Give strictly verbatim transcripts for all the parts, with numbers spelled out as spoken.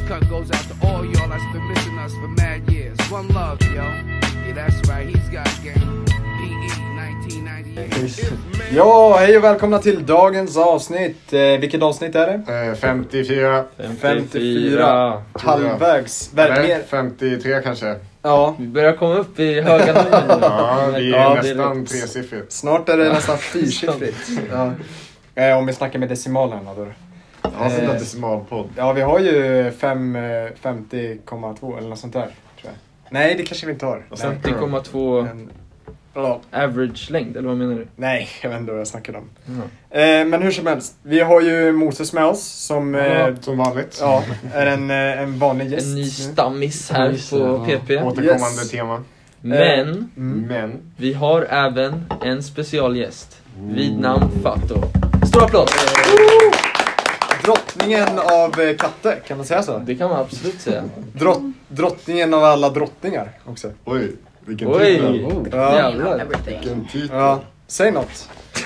cut goes out to all y'all that's been missing us for mad years. One love, yo. Yeah, that's right. He's got game. P E nineteen ninety-eight. Ja, hej och välkomna till dagens avsnitt. Eh, vilket avsnitt är det? Eh, femtiofyra. femtiofyra. Halvvägs. Mer. femtiotre kanske. Ja. Vi börjar komma upp i höga nummer nu. Ja, vi är Ja, nästan tresiffrigt. Snart är det nästan fyrsiffrigt. Ja. Eh, om vi snackar med decimalerna då. Ja, så det är decimalpodd. Ja, vi har ju fem, femtio komma två eller något sånt där, tror jag. Nej, det kanske vi inte har. femtio komma två Men, ja. average längd, eller vad menar du? Nej, jag vet inte vad jag snackar om. Mm. Eh, men hur som helst, vi har ju Moses med oss som, eh, Ja, som vanligt. ja, är en, eh, en vanlig gäst. En ny stammis här Just på det, ja. P P. Återkommande Yes. tema. Men Mm. Men. vi har även en specialgäst vid namn Fato. Stor applåd! Drottningen av eh, katter, kan man säga så? Det kan man absolut säga. Drott, drottningen av alla drottningar också. Oj, vilken Oj! titel. Oh. Ja. Jävlar. Vilken titel. Ja, säg något.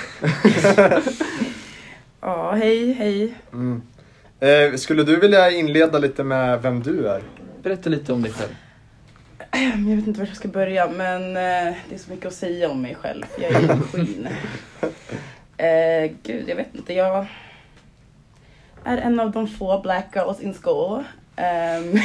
Ja, hej, hej. Mm. Eh, skulle du vilja inleda lite med vem du är? Berätta lite om dig själv. Jag vet inte var jag ska börja, men eh, det är så mycket att säga om mig själv. Jag är en queen. Eh, gud, jag vet inte. Jag är en av de få black girls in school. Um,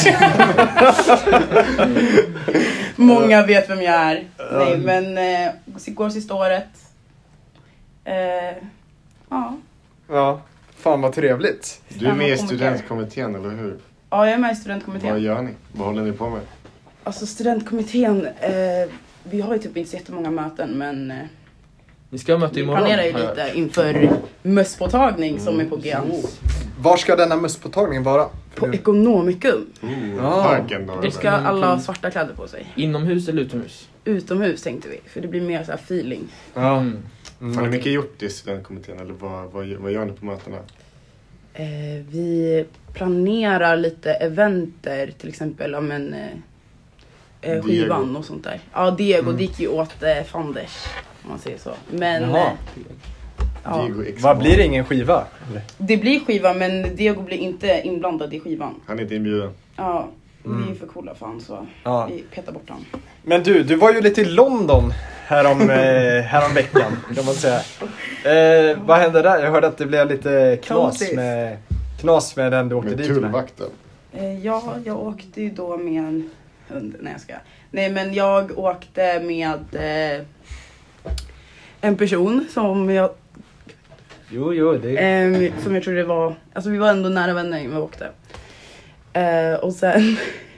Många vet vem jag är. Nej, men eh, går sista året. Eh, ja. Ja, fan vad trevligt. Du är med i studentkommittén, eller hur? Ja, jag är med i Vad studentkommittén. gör ni? Vad håller ni på med? Alltså studentkommittén, eh, vi har ju typ inte så jättemånga möten, men eh, Ni ska möta vi imorgon. planerar ju har jag lite hört. inför mösspåtagning som är på G. Var ska denna mösspåtagning vara? På Ekonomikum. Oh, Ja. parken då. Då ska alla ha svarta kläder på sig. Inomhus eller utomhus? Utomhus tänkte vi, för det blir mer så här feeling. Ja. Mm. Mm. Har ni mycket gjort i studentkommittén, eller vad, vad, vad gör ni på mötena? Eh, vi planerar lite eventer, till exempel om en eh, eh, skivan Diego. och sånt där. Ja, Diego, Mm. det gick ju åt eh, Fanders, om man säger så. Men Jaha. eh, ja, Diego X. Vad blir det, ingen skiva? Eller? det blir skiva, men Diego blir inte inblandad i skivan. Han är inte inbjuden. Ja, vi är Mm. ju för coola för han, så Ja. vi petar bort han. Men du, du var ju lite i London härom, eh, härom veckan, kan man säga. Eh, vad hände där? Jag hörde att det blev lite knas Kaotiskt. med, knas med den du åkte Med dit med. tullvakten. Eh, ja, jag åkte ju då med en hund. Nej, jag ska. Nej, men jag åkte med eh, en person som jag, Jo, jo, det eh, som jag tror det var, alltså vi var ändå nära vänner när vi åkte. Eh, och sen,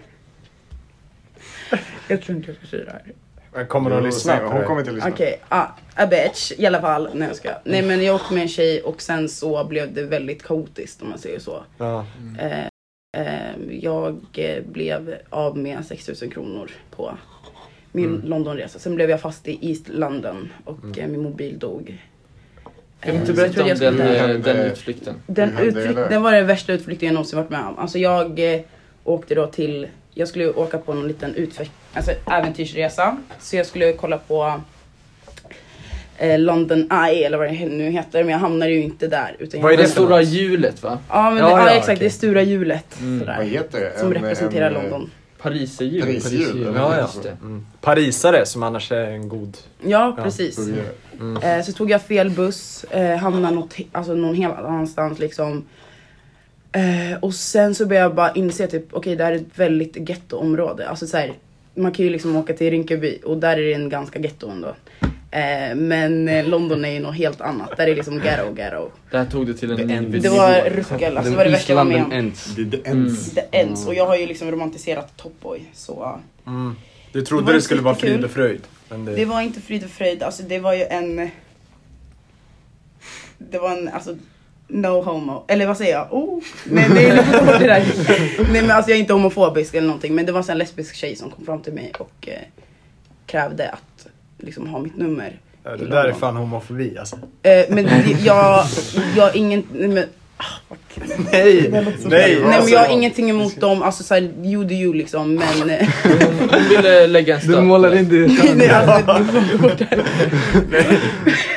jag tror inte jag ska säga det här. Jag kommer att Jo, lyssna säg- på Hon det. kommer inte att lyssna. Okej, ah, a bitch i alla fall. Nej, jag ska. Nej, men jag åkte med en tjej och sen så blev det väldigt kaotiskt, om man säger så. Ja. Eh, eh, jag eh, blev av med sex tusen kronor på min Mm. Londonresa. Sen blev jag fast i East London och Mm. eh, min mobil dog. Kan du inte Eh, så jag berätta tror om jag ska den, ta- inte- eh, den utflykten? Den, Hur hände det utflykt, där? den var den värsta utflykten jag någonsin varit med om. Alltså jag eh, åkte då till, jag skulle åka på någon liten utflykt, alltså äventyrsresa. Så jag skulle kolla på eh, London Eye eller vad det nu heter, men jag hamnade ju inte där. Utan jag Vad är Det det hamnade- för stora något? hjulet, va? Ja, men Ja, det, ja, ja, exakt, okej. det är stora hjulet. Mm. Sådär, Vad heter det? som En- representerar en, eh, London. Pariserhjul. Pariserhjul, eller? Ja, ja. Just det. Mm. Parisare som annars är en god... Ja, Ja, precis. Burgare. Mm. Eh, så tog jag fel buss, eh, hamnade något, he- alltså någon helt annanstans liksom. Eh, och sen så började jag bara inse typ, okej okay, det här är ett väldigt gettoområde. Alltså så här, man kan ju liksom åka till Rinkeby och där är det en ganska getto ändå. Eh, men eh, London är ju något helt annat. Där är liksom ghetto, ghetto. Där tog det till en Det ny är en- nivå. Det var ruckel, alltså det var det värsta jag var med om. Ends. Det är det ens. Det ens, och jag har ju liksom romantiserat Top Boy, så Mm. Du Det trodde var det, skulle vara jättekul. frid och fröjd. Men det... det var inte frid och fröjd. Alltså det var ju en, det var en, alltså no homo, eller vad säger jag? Oh, nej, nej, det där. Nej, men alltså jag är inte homofobisk eller någonting, men det var en lesbisk tjej som kom fram till mig och eh, krävde att liksom ha mitt nummer. Ja, i det där är London. fan homofobi alltså. Eh, men det- jag, jag har ingen, nej, men, ah, vad kul. Nej, nej. Nej, men jag har så- ingenting emot dem, alltså såhär, you do you liksom, men eh, Hon ville lägga en Du stöt. målar in det. nej, alltså, det går där.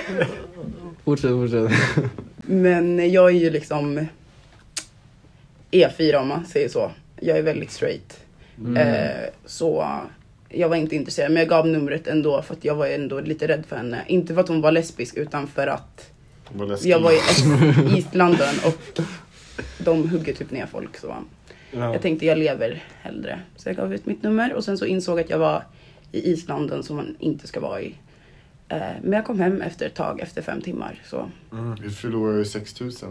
Fortsätt, fortsätt. Men jag är ju liksom E fyra om man säger så. Jag är väldigt straight. Mm. Eh, så jag var inte intresserad. Men jag gav numret ändå för att jag var ändå lite rädd för henne. Inte för att hon var lesbisk utan för att Var jag var i East London och de hugger typ ner folk. Så Ja. jag tänkte jag lever hellre. Så jag gav ut mitt nummer och sen så insåg jag att jag var i East London som man inte ska vara i. Eh, men jag kom hem efter ett tag, efter fem timmar. Så. Vi förlorade ju sex tusen.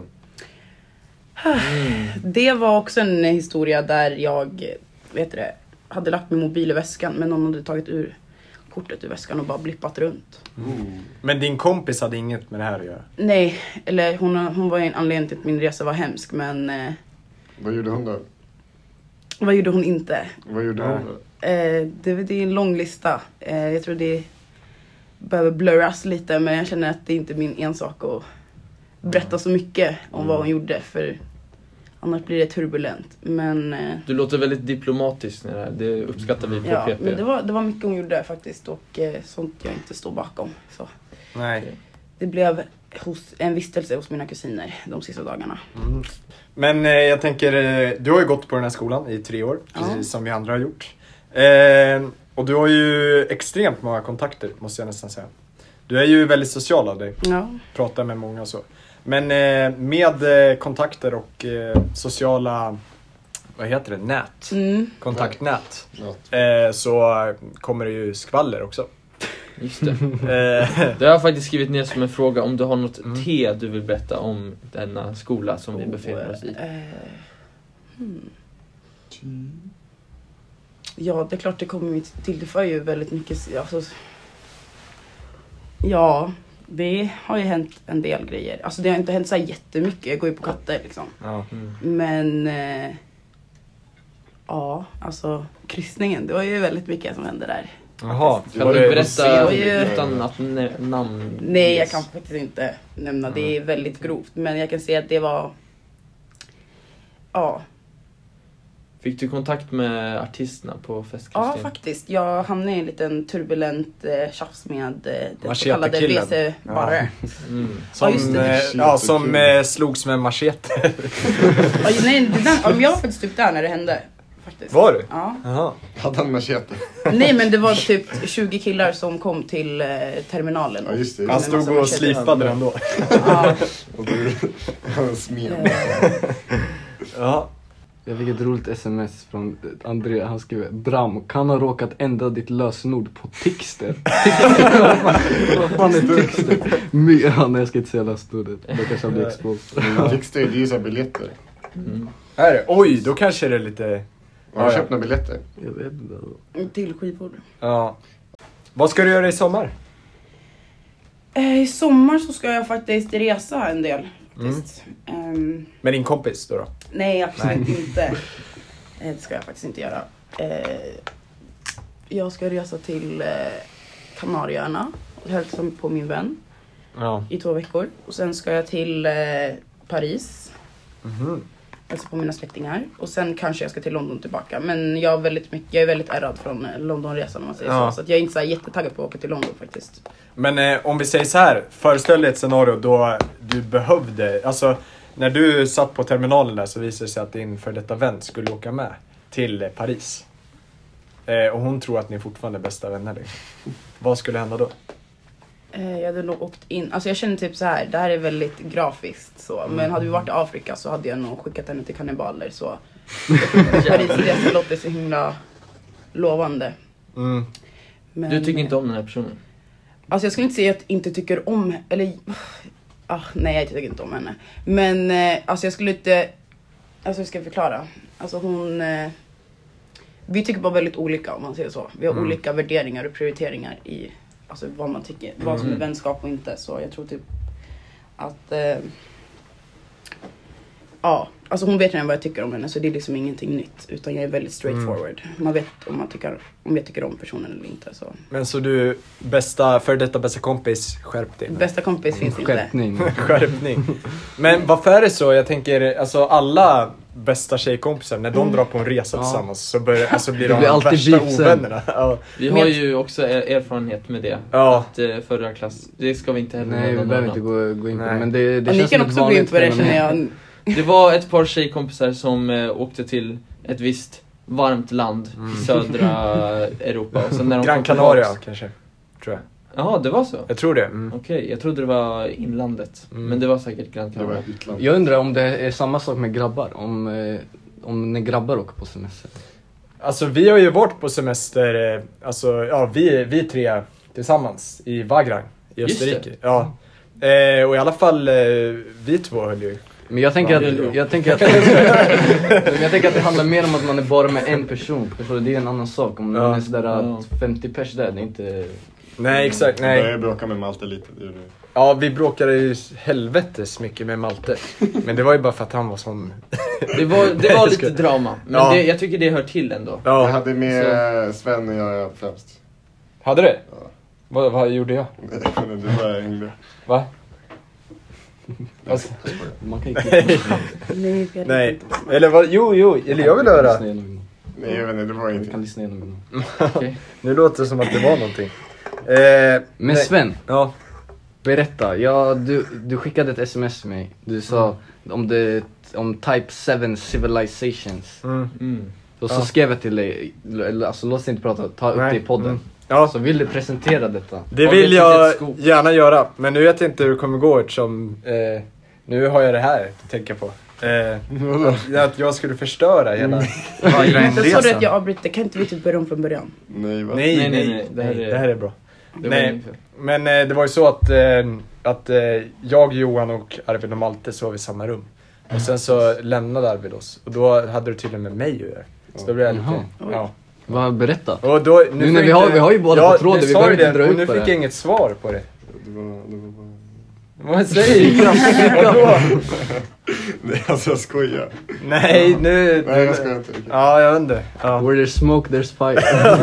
Mm. Det var också en historia där jag vet du det, hade lagt min mobil i väskan men någon hade tagit ur kortet ur väskan och bara blippat runt. Mm. Men din kompis hade inget med det här att göra? Nej, eller hon, hon var ju en anledning till att min resa var hemsk men eh, Vad gjorde hon då? vad gjorde hon inte? Vad gjorde Ja. hon då? Eh, det, det är en lång lista. Eh, jag tror det behöver blurras lite men jag känner att det är inte min ensak att berätta så mycket om Mm. vad hon gjorde för annars blir det turbulent. Men, eh, Du låter väldigt diplomatisk när det här. Det uppskattar vi på ja, P P. men det, var, det var mycket hon gjorde faktiskt och eh, sånt jag inte står bakom. Så. Nej. Det blev hos, en vistelse hos mina kusiner de sista dagarna. Mm. Men eh, jag tänker, eh, du har ju gått på den här skolan i tre år, Ja. precis som vi andra har gjort. Eh, och du har ju extremt många kontakter, måste jag nästan säga. Du är ju väldigt social av dig, Ja. pratar med många och så. Men eh, med eh, kontakter och eh, sociala, vad heter det, nät, Mm. kontaktnät, Ja. eh, så kommer det ju skvaller också. Just det. Eh, Det har jag faktiskt skrivit ner som en fråga om du har något Mm. te du vill berätta om denna skola som vi befinner oss i. Eh, hmm. Ja, det är klart det kommer vi till. Det för ju väldigt mycket. Alltså, ja, det har ju hänt en del grejer. Alltså det har inte hänt så här jättemycket. Jag går ju på katter liksom. ja. Mm. Men eh, ja, alltså kryssningen. Det var ju väldigt mycket som hände där. Jaha, Kan var du det- berätta det- utan att nä- namn Nej, jag ges? kan faktiskt inte nämna. Det är väldigt grovt. Men jag kan säga att det var... Ja, Fick du kontakt med artisterna på ja festkryssningen? faktiskt. Jag hamnade i en liten turbulent eh, tjafs med eh, den så Machete kallade killen. resebarre. Mm. Som, Ja, just det. eh, ja, som eh, slogs med machete. Ja, nej, det där, ja, men jag var faktiskt typ där när det hände. Faktiskt. Var du? Ja. Jaha. Hade han machete? Nej, men det var typ tjugo killar som kom till eh, terminalen. Ja, just det. med Han massa stod och macheter. slipade den då. Ja, Och du, han smed. eh, Ja. Jag fick ett roligt sms från André. Han skrev: Bram, kan ha råkat ändra ditt lösenord på Tixter. Vad fan är Tixter? My- ja, nej, jag ska inte säga lösenordet. Då kanske han blir exposed. Tixter, det är ju så här biljetter. Mm. Är det? Oj, då kanske det är lite... Har du Ja, köpt några biljetter? Jag vet inte. till skivor. Ja. Vad ska du göra i sommar? Eh, I sommar så ska jag faktiskt resa en del. Faktiskt. Ehm, Med din kompis då? då? nej, absolut inte. Eh, det ska jag faktiskt inte göra. Eh, jag ska resa till eh, Kanarieöarna och hälsa på min vän Ja. i två veckor. Och sen ska jag till eh, Paris. Mhm. Hälsa på mina släktingar. Och sen kanske jag ska till London tillbaka. Men jag är väldigt, mycket, jag är väldigt ärrad från eh, Londonresan om man säger Ja. så. Så att jag är inte så här jättetaggad på att åka till London faktiskt. Men eh, om vi säger så här, föreställ dig ett scenario då du behövde, alltså när du satt på terminalen där så visade det sig att din för detta vän skulle åka med till eh, Paris. Eh, och hon tror att ni fortfarande är bästa vänner. Liksom. Vad skulle hända då? Eh, jag hade nog åkt in, alltså jag känner typ så här, det här är väldigt grafiskt så. Men hade vi varit i Afrika så hade jag nog skickat henne till kannibaler så. Parisresan låter så himla lovande. Mm. Men, Du tycker inte om den här personen? Alltså jag skulle inte säga att jag inte tycker om, eller ah, nej jag tycker inte om henne. Men eh, alltså jag skulle inte, alltså hur ska jag förklara? Alltså hon, eh, vi tycker bara väldigt olika om man säger så. Vi har Mm. olika värderingar och prioriteringar i alltså vad man tycker, vad som är Mm. vänskap och inte. Så jag tror typ att, eh, ja, alltså hon vet redan vad jag tycker om henne så det är liksom ingenting nytt. Utan jag är väldigt straightforward. Man vet om, man tycker, om jag tycker om personen eller inte. Så. Men så du, bästa, för detta bästa kompis, skärp dig. Bästa kompis finns inte. Skärpning. Skärpning. Men varför är det så? Jag tänker, alltså alla bästa tjejkompisar, när de Mm. drar på en resa Ja. tillsammans så börjar, alltså blir Det de blir alltid värsta beef sen. ovännerna. Ja. Vi Men har jag- ju också er- erfarenhet med det. Ja. Att eh, förra klass, det ska vi inte heller Nej, vi nämna behöver något inte annat. gå, gå in på Nej. det. Men det, det Och ni känns kan som ett också gå in vanligt på det fenomen. känner jag. Det var ett par tjejkompisar som eh, åkte till ett visst varmt land i södra Europa. Och sen när de Gran kom Canaria tillbaks- kanske, tror jag. Jaha, det var så? Jag tror det. Mm. Okej, jag trodde det var inlandet. Mm. Men det var säkert Gran Det var Canaria. utland. Jag undrar om det är samma sak med grabbar. Om, eh, om när grabbar åker på semester. Alltså vi har ju varit på semester, eh, alltså ja vi, vi tre tillsammans i Wagram i Just Österrike. Ja. Eh, och i alla fall eh, vi två höll ju. Men jag tänker, Ja, att, det är jag, tänker att, men jag tänker att det handlar mer om att man är bara med en person. Förstår du? Det är en annan sak. Om Ja. man är sådär Ja. femtio pers där, det är inte... Nej exakt, Nej. nej. Jag bråkade med Malte lite. Det gjorde jag. Ja vi bråkade ju helvetes mycket med Malte. Men det var ju bara för att han var sån. Det var, det var lite drama. Men Ja. det, jag tycker det hör till ändå. Jag Ja, hade med Sven och jag främst. hade det? Ja. Vad, vad gjorde jag? Men det var jag hängde. Va? Alltså, Man kan inte... Nej, jag nej. vet inte. Eller vad? Jo, jo. Eller jag vill höra. Lyssna igenom. Nej jag vet inte, det var Vi kan ingenting. lyssna igenom. Okej. Nu låter det som att det var någonting. Eh, Men nej. Sven, Ja. berätta. Ja, du, du skickade ett sms till mig. Du sa om, det, om Type seven Civilizations. Mm. Mm. Och så Ja. skrev jag till dig, eller, alltså låt oss inte prata, ta upp Nej. det i podden. Mm. Ja. Så vill du presentera detta? Det Ja, vill det jag finns ett skop. gärna göra, men nu vet jag inte hur det kommer gå eftersom eh, nu har jag det här att tänka på. Eh, att jag skulle förstöra hela Men så sa du att jag resan. avbryter, kan inte vi typ börja om från början? Nej va? Nej, Nej, nej, nej, nej, det här är- det här är bra. Det var Nej. ungefär. Men eh, det var ju så att, eh, att eh, jag, Johan och Arvid och Malte sov i samma rum. Och sen så lämnade Arvid oss. Och då hade du tydligen med mig att göra. Så då blev jag lite... Jaha. Ja. Vad, berätta. Och då, nu Nu får när vi inte- har- vi har ju båda ja, på tråden, du vi sa behöver ju inte det, dra och ut nu på fick det. jag inget svar på det. Det var, det var bara... Vad säger du? Vadå? Nej alltså jag skojar. Nej, nu... Nej jag skojar inte. Okej. Ja, jag vet inte. Ja, Where there's smoke there's fire.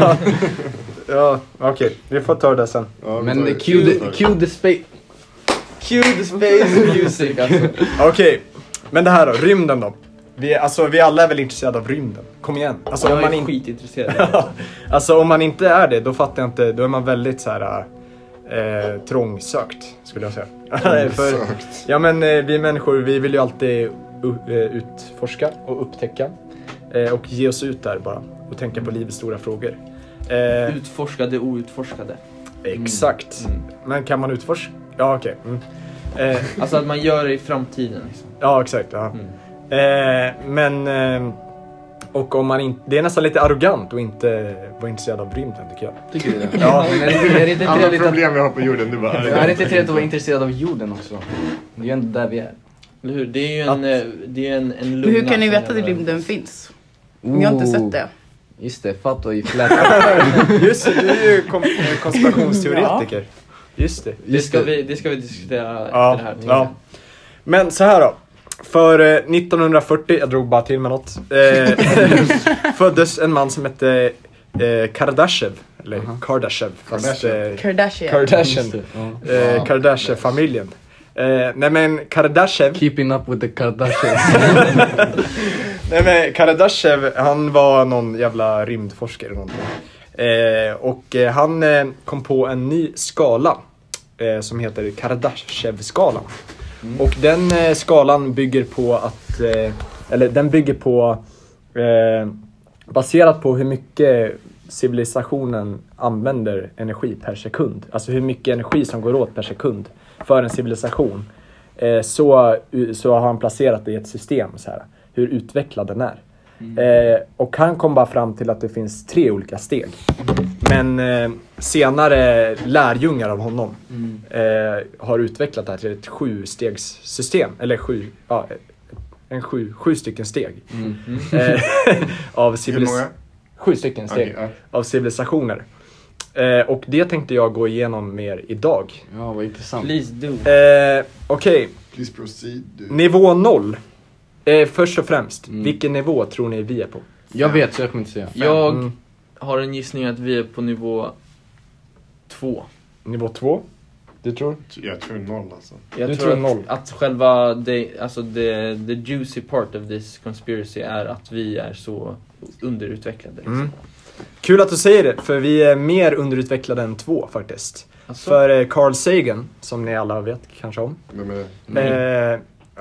ja okej. Vi får ta det sen. Ja, vi Men tar- cue the, cue the space. Cue the space music alltså. Okej, men det här då, rymden då. Vi, alltså, vi alla är väl intresserade av rymden. Kom igen. Alltså, om Jag man är in... skitintresserad. alltså om man inte är det, då fattar jag inte. Då är man väldigt så här eh, trångsökt, skulle jag säga. För, Sökt. ja men eh, vi människor, vi vill ju alltid u- eh, utforska och upptäcka. Eh, och ge oss ut där bara. Och tänka på livets stora frågor. Eh, Utforskade, outforskade. exakt. Mm. Men kan man utforska? Ja okej. Mm. Eh, Alltså att man gör det i framtiden liksom. ja exakt. Ja. Mm. Eh, men... Eh, och om man inte... Det är nästan lite arrogant att inte vara intresserad av rymden tycker jag. Tycker du det? Ja. Men är det, är det inte Alla trevligt att, problem vi har på jorden, du bara... är det inte trevligt att vara intresserad av jorden också? Det är ju ändå där vi är. Eller hur? Det är ju en, eh, det är en, en Men lunga hur kan ni som veta att jävla- rymden finns? Jag har inte sett det. Just det, Fatto i flat. Just det, du är ju kom- konspirationsteoretiker. Just det. Det ska, vi, det ska vi diskutera Ja, efter det här. ja. Men så här då. För eh, nittonhundrafyrtio, jag drog bara till med något. Eh, föddes en man som hette eh, Kardashev. Eller Kardashev. Fast, eh, Kardashian. Kardashian. Just det, ja. Eh, Kardashev-familjen. Eh, nej men Kardashev. Keeping up with the Kardashians. Nej men Kardashev, han var någon jävla rymdforskare eller någonting. Eh, och eh, han eh, kom på en ny skala eh, som heter Kardashev-skalan. Och den eh, skalan bygger på att, eh, eller den bygger på, eh, baserat på hur mycket civilisationen använder energi per sekund. Alltså hur mycket energi som går åt per sekund för en civilisation. Eh, så, så har han placerat det i ett system så här. Hur utvecklad den är. Eh, och han kom bara fram till att det finns tre olika steg. Men eh, senare lärjungar av honom eh, har utvecklat det här till ett sju-stegssystem. Eller sju, ja, en sju, sju stycken steg. Eh, av Hur civilis- många? Sju stycken steg Okej, av civilisationer. Eh, och det tänkte jag gå igenom mer idag. Ja, vad intressant. Please do. Eh, Okej, Please proceed. Du. nivå noll. Eh, först och främst, Mm. vilken nivå tror ni vi är på? Jag vet, så jag kommer inte säga. Jag Mm. har en gissning att vi är på nivå två. Nivå två? Du tror? Jag tror noll alltså. Jag Du tror, tror att, noll. att själva det, alltså the, the juicy part of this conspiracy är att vi är så underutvecklade. Liksom. Mm. Kul att du säger det, för vi är mer underutvecklade än två faktiskt. Alltså, För eh, Carl Sagan, som ni alla vet kanske om. Vem är det? Eh,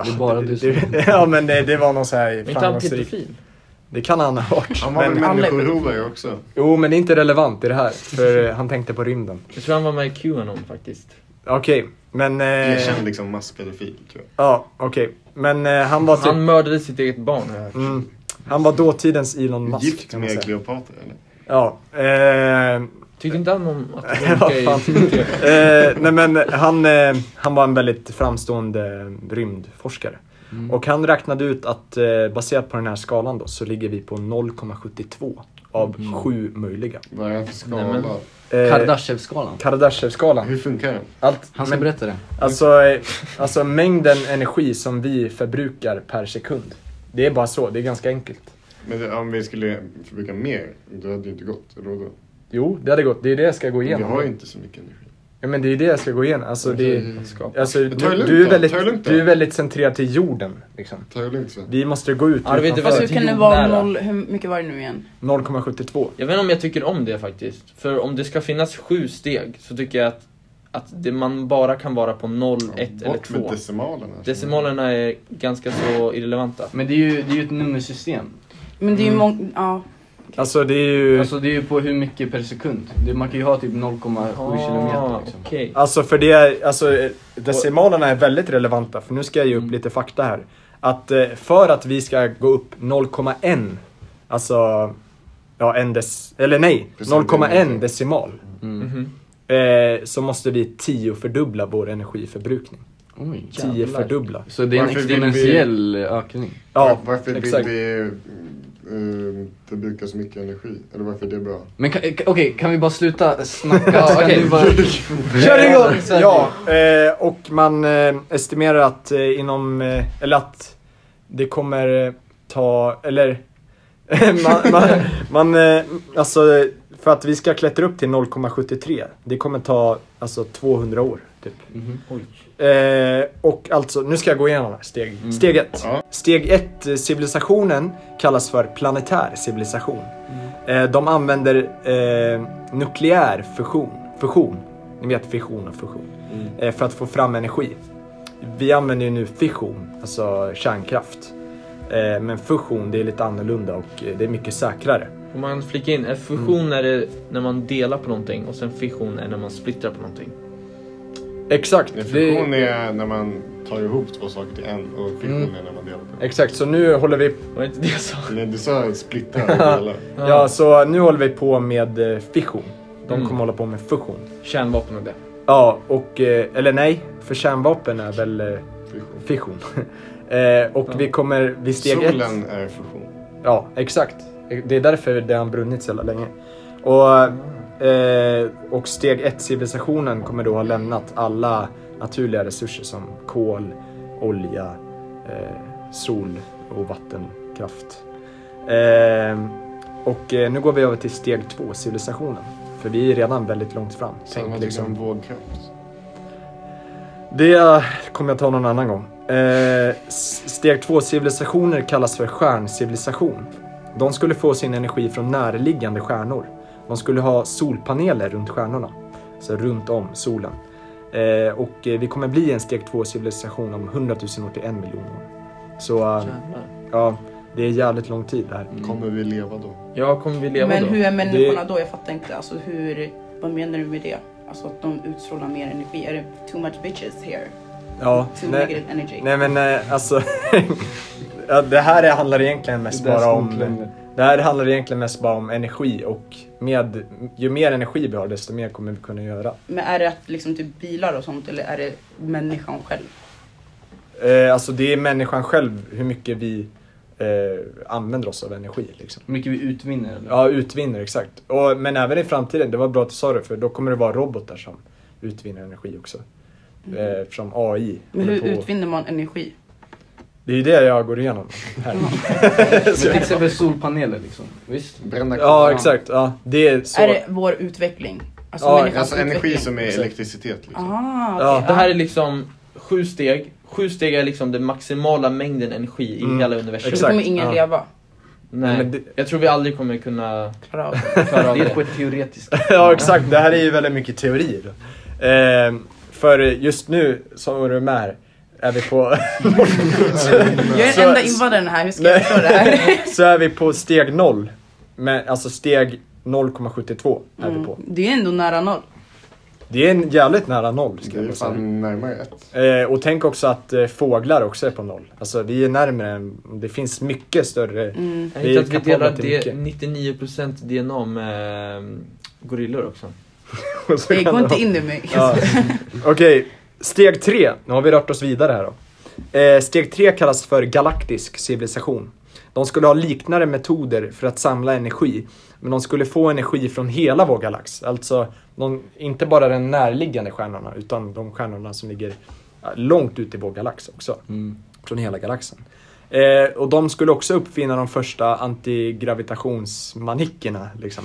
Det är bara du som... det, Ja men det, det var någon så här Men inte han framgångsrik. pedofil? Det kan han ha varit. Han var väl Men, människorovare också. jo men det är inte relevant i det här. För han tänkte på rymden. Jag tror han var med i Qanon faktiskt. Okej, men... Eh, Erkänd liksom masspedofil tror jag. ja, okej. Men eh, han var typ... Han mördade sitt eget barn. Mm, han var dåtidens Elon Musk. Gift kan man med säga. Kleopatra eller? Ja. Eh, Tyckte inte han om att Vad runka fan. i... eh, nej men han, eh, han var en väldigt framstående rymdforskare. Mm. Och han räknade ut att eh, baserat på den här skalan då så ligger vi på noll komma sjuttiotvå av Mm. sju möjliga. Vad är det för skala? Nej, Eh, Kardashev-skalan. Kardashev-skalan. Hur funkar den? Allt, Han ska men, berätta det. alltså, eh, alltså mängden energi som vi förbrukar per sekund. Det är bara så, det är ganska enkelt. Men det, om vi skulle förbruka mer, då hade det inte gått. Eller då? Jo, det hade gått. Det är det jag ska gå Vi igenom. har ju inte så mycket energi. Ja, men det är det jag ska gå igenom. Alltså, det är, alltså, Men ta det du, lugnt du, är då, väldigt, ta det lugnt då. du är väldigt centrerad till jorden. Liksom. Ta det lugnt så. Vi måste gå ut Ja, det vet utanför. jag Fast hur kan det vara jordnära. noll, hur mycket var det nu igen? noll komma sjuttiotvå. Jag vet inte om jag tycker om det faktiskt. För om det ska finnas sju steg så tycker jag att, att det, man bara kan vara på noll, ett eller Bort med två. decimalerna. Decimalerna är ganska så irrelevanta. Men det är ju, det är ju ett nummersystem. Men det är ju Mm. många, ja. Alltså det är ju... Alltså det är ju på hur mycket per sekund. Det, man kan ju ha typ noll komma sju kilometer liksom. Okej. Alltså för det är, alltså eh, decimalerna är väldigt relevanta. För nu ska jag ge upp Mm. lite fakta här. Att eh, för att vi ska gå upp noll komma ett, alltså, ja en dec, eller nej, Procent noll komma ett enheter. decimal. Mm. Mhm. Eh, så måste vi tio fördubbla vår energiförbrukning. Oj. Tio Jävlar. fördubbla. Så det är en Varför vill vi- exponentiell ökning. Ja, Var, varför exakt. vill vi uh, förbruka så mycket energi? Eller varför är det bra? Men kan- okej, okay, kan vi bara sluta snacka? Ja, Kan okej. du bara... kör igång! Ja, eh, och man eh, estimerar att eh, inom, eh, eller att det kommer eh, ta, eller man, man, man eh, alltså för att vi ska klättra upp till noll komma sjuttiotre, det kommer ta alltså tvåhundra år typ. Mhm. Oj. Eh, och alltså, nu ska jag gå igenom här steg. Mm. Steg ett. Ja. Steg ett, eh, civilisationen kallas för planetär civilisation. Eh, de använder eh, nukleär fusion. Fusion. Ni vet fission och fusion. Mm. Eh, för att få fram energi. Vi använder ju nu fission, alltså kärnkraft. Eh, men fusion, det är lite annorlunda och eh, det är mycket säkrare. Om man flikar in, är fusion är det när man delar på någonting och sen fission är när man splittrar på någonting. Exakt. En det- fusion är när man tar ihop två saker till en och fission Mm. är när man delar på det. Exakt, så nu håller vi Var det inte det jag sa? Nej, du sa splitta och dela. Ja, så nu håller vi på med eh, fission. De Mm. kommer hålla på med fusion. Kärnvapen och det. Ja, och, eh, eller nej, för kärnvapen är väl eh, Fission. fission. eh, och Ja. vi kommer vid steg Solen ett. är fusion. Ja, exakt. Det är därför det har brunnit så jävla länge. Och, eh, och steg ett, civilisationen, kommer då ha lämnat alla naturliga resurser som kol, olja, eh, sol och vattenkraft. Eh, och eh, nu går vi över till steg två, civilisationen. För vi är redan väldigt långt fram. Så Tänk man liksom, liksom vågkraft. det kommer jag ta någon annan gång. Eh, s- steg två, civilisationer kallas för stjärncivilisation. De skulle få sin energi från närliggande stjärnor. De skulle ha solpaneler runt stjärnorna. Så runt om solen. Eh, och eh, vi kommer bli en steg två civilisation om hundratusen år till en miljon år. Så eh, Jävlar. ja, det är jävligt lång tid det här. Kommer vi leva då? Ja, kommer vi leva Men då? hur är människorna då? Jag fattar inte. Alltså hur, vad menar du med det? Alltså att de utstrålar mer energi. Är det too much bitches here? Ja, Too nej, negative energy? nej men eh, alltså ja, det här är- handlar egentligen mest Det där bara om snorklämmer. Det här handlar egentligen mest bara om energi, och med, ju mer energi vi har desto mer kommer vi kunna göra. Men är det att liksom typ bilar och sånt eller är det människan själv? Eh, alltså det är människan själv hur mycket vi eh, använder oss av energi liksom. Hur mycket vi utvinner eller? Ja, utvinner, exakt. Och, men även i framtiden, det var bra att du sa det, för då kommer det vara robotar som utvinner energi också. Eh, som A I. Men håller hur på. utvinner man energi? Det är ju det jag går igenom här. Men till exempel solpaneler liksom. Visst? Bränna Ja, kol. exakt. Ja, det är så. Är det vår utveckling? Alltså Ja, människans Alltså energi utveckling? som är Exakt. elektricitet liksom. Ah, Ja. okej, Det här är liksom sju steg. Sju steg är liksom den maximala mängden energi i Mm, hela universum. Då exakt. kommer ingen Ja. leva. Nej, Men det- jag tror vi aldrig kommer kunna Klara av. klara av Det är på det. ett teoretiskt. Ja, exakt. Det här är ju väldigt mycket teorier. Eh, för just nu, som du är med, är vi på... Jag är den enda invandraren här, hur ska jag förstå det här? Så är vi på steg noll. Men, alltså steg noll komma sjuttiotvå är vi på. Det är ändå nära noll. Det är en jävligt nära noll, ska Det jag är bara säga. fan närmare ett. Eh, och tänk också att eh, fåglar också är på noll. Alltså vi är närmare än, det finns mycket större. Mm. Jag Vi hittade att vi kapabla delar till det mycket. nittionio procent D N A med mm, gorillor också. Och så Jag kan går det inte vara- in i mig. Ja. Okej, steg tre. Nu har vi rört oss vidare här då. Eh, steg tre kallas för galaktisk civilisation. De skulle ha liknande metoder för att samla energi. Men de skulle få energi från hela vår galax. Alltså de, inte bara den närliggande stjärnorna, utan de stjärnorna som ligger ja, långt ut i vår galax också. Mm. Från hela galaxen. Eh, och de skulle också uppfinna de första antigravitationsmanickerna. Liksom.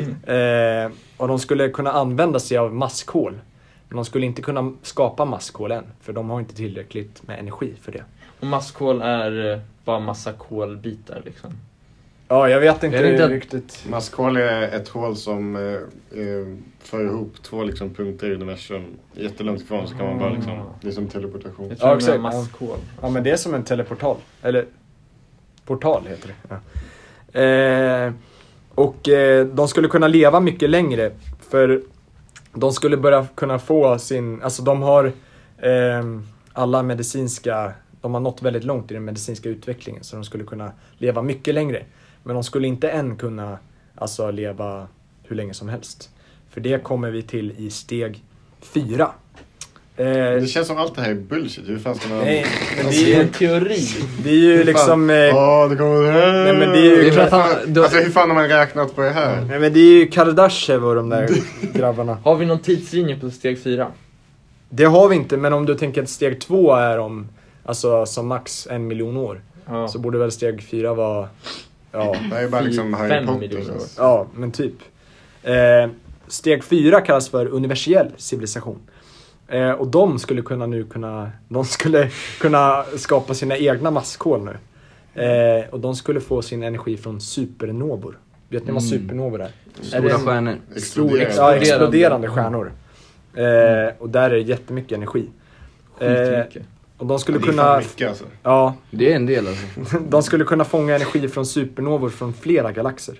Eh, och de skulle kunna använda sig av maskhål. Men de skulle inte kunna skapa maskhål än. För de har inte tillräckligt med energi för det. Och masskol är eh, bara massa kolbitar liksom. Ja, jag vet inte, Är det inte att- riktigt. Maskhål är ett hål som eh, eh, för ihop två liksom, punkter i universum jättelångt ifrån, så kan man bara liksom, det är som teleportation. Jag tror Ja, det är exakt. masskol. Ja, men det är som en teleportal. Eller portal heter det. Ja. Eh, och eh, de skulle kunna leva mycket längre. För de skulle börja kunna få sin... Alltså de har eh, alla medicinska... De har nått väldigt långt i den medicinska utvecklingen. Så de skulle kunna leva mycket längre. Men de skulle inte än kunna alltså, leva hur länge som helst. För det kommer vi till i steg fyra. Eh, Det känns som allt det här är bullshit. Hur fan ska man... nej, men Det det är är, en teori. det är ju liksom... Eh, Ja, det kommer det här. Nej, men det är ju hur, klart- fan, då- alltså, hur fan har man räknat på det här? Nej, men det är ju Kardashev och de där grabbarna. Har vi någon tidslinje på steg fyra? Det har vi inte, men om du tänker att steg två är om, alltså som max en miljon år. Ja. Så borde väl steg fyra vara, ja, Det är ju bara liksom Fy- Harry fem Potter. miljoner. Så. ja men typ. Eh, steg fyra kallas för universell civilisation. Eh, och de skulle kunna nu kunna, de skulle kunna skapa sina egna maskhål nu. Eh, och de skulle få sin energi från supernovor. Vet ni vad Mm. supernovor är? Stora det en- stjärnor. Stor, Exploderande. ja, Exploderande. exploderande stjärnor. Eh, och där är det jättemycket energi. Eh, Skitmycket. och de skulle Det är fan kunna, mycket alltså. ja, Det är en del alltså. de skulle kunna fånga energi från supernovor från flera galaxer.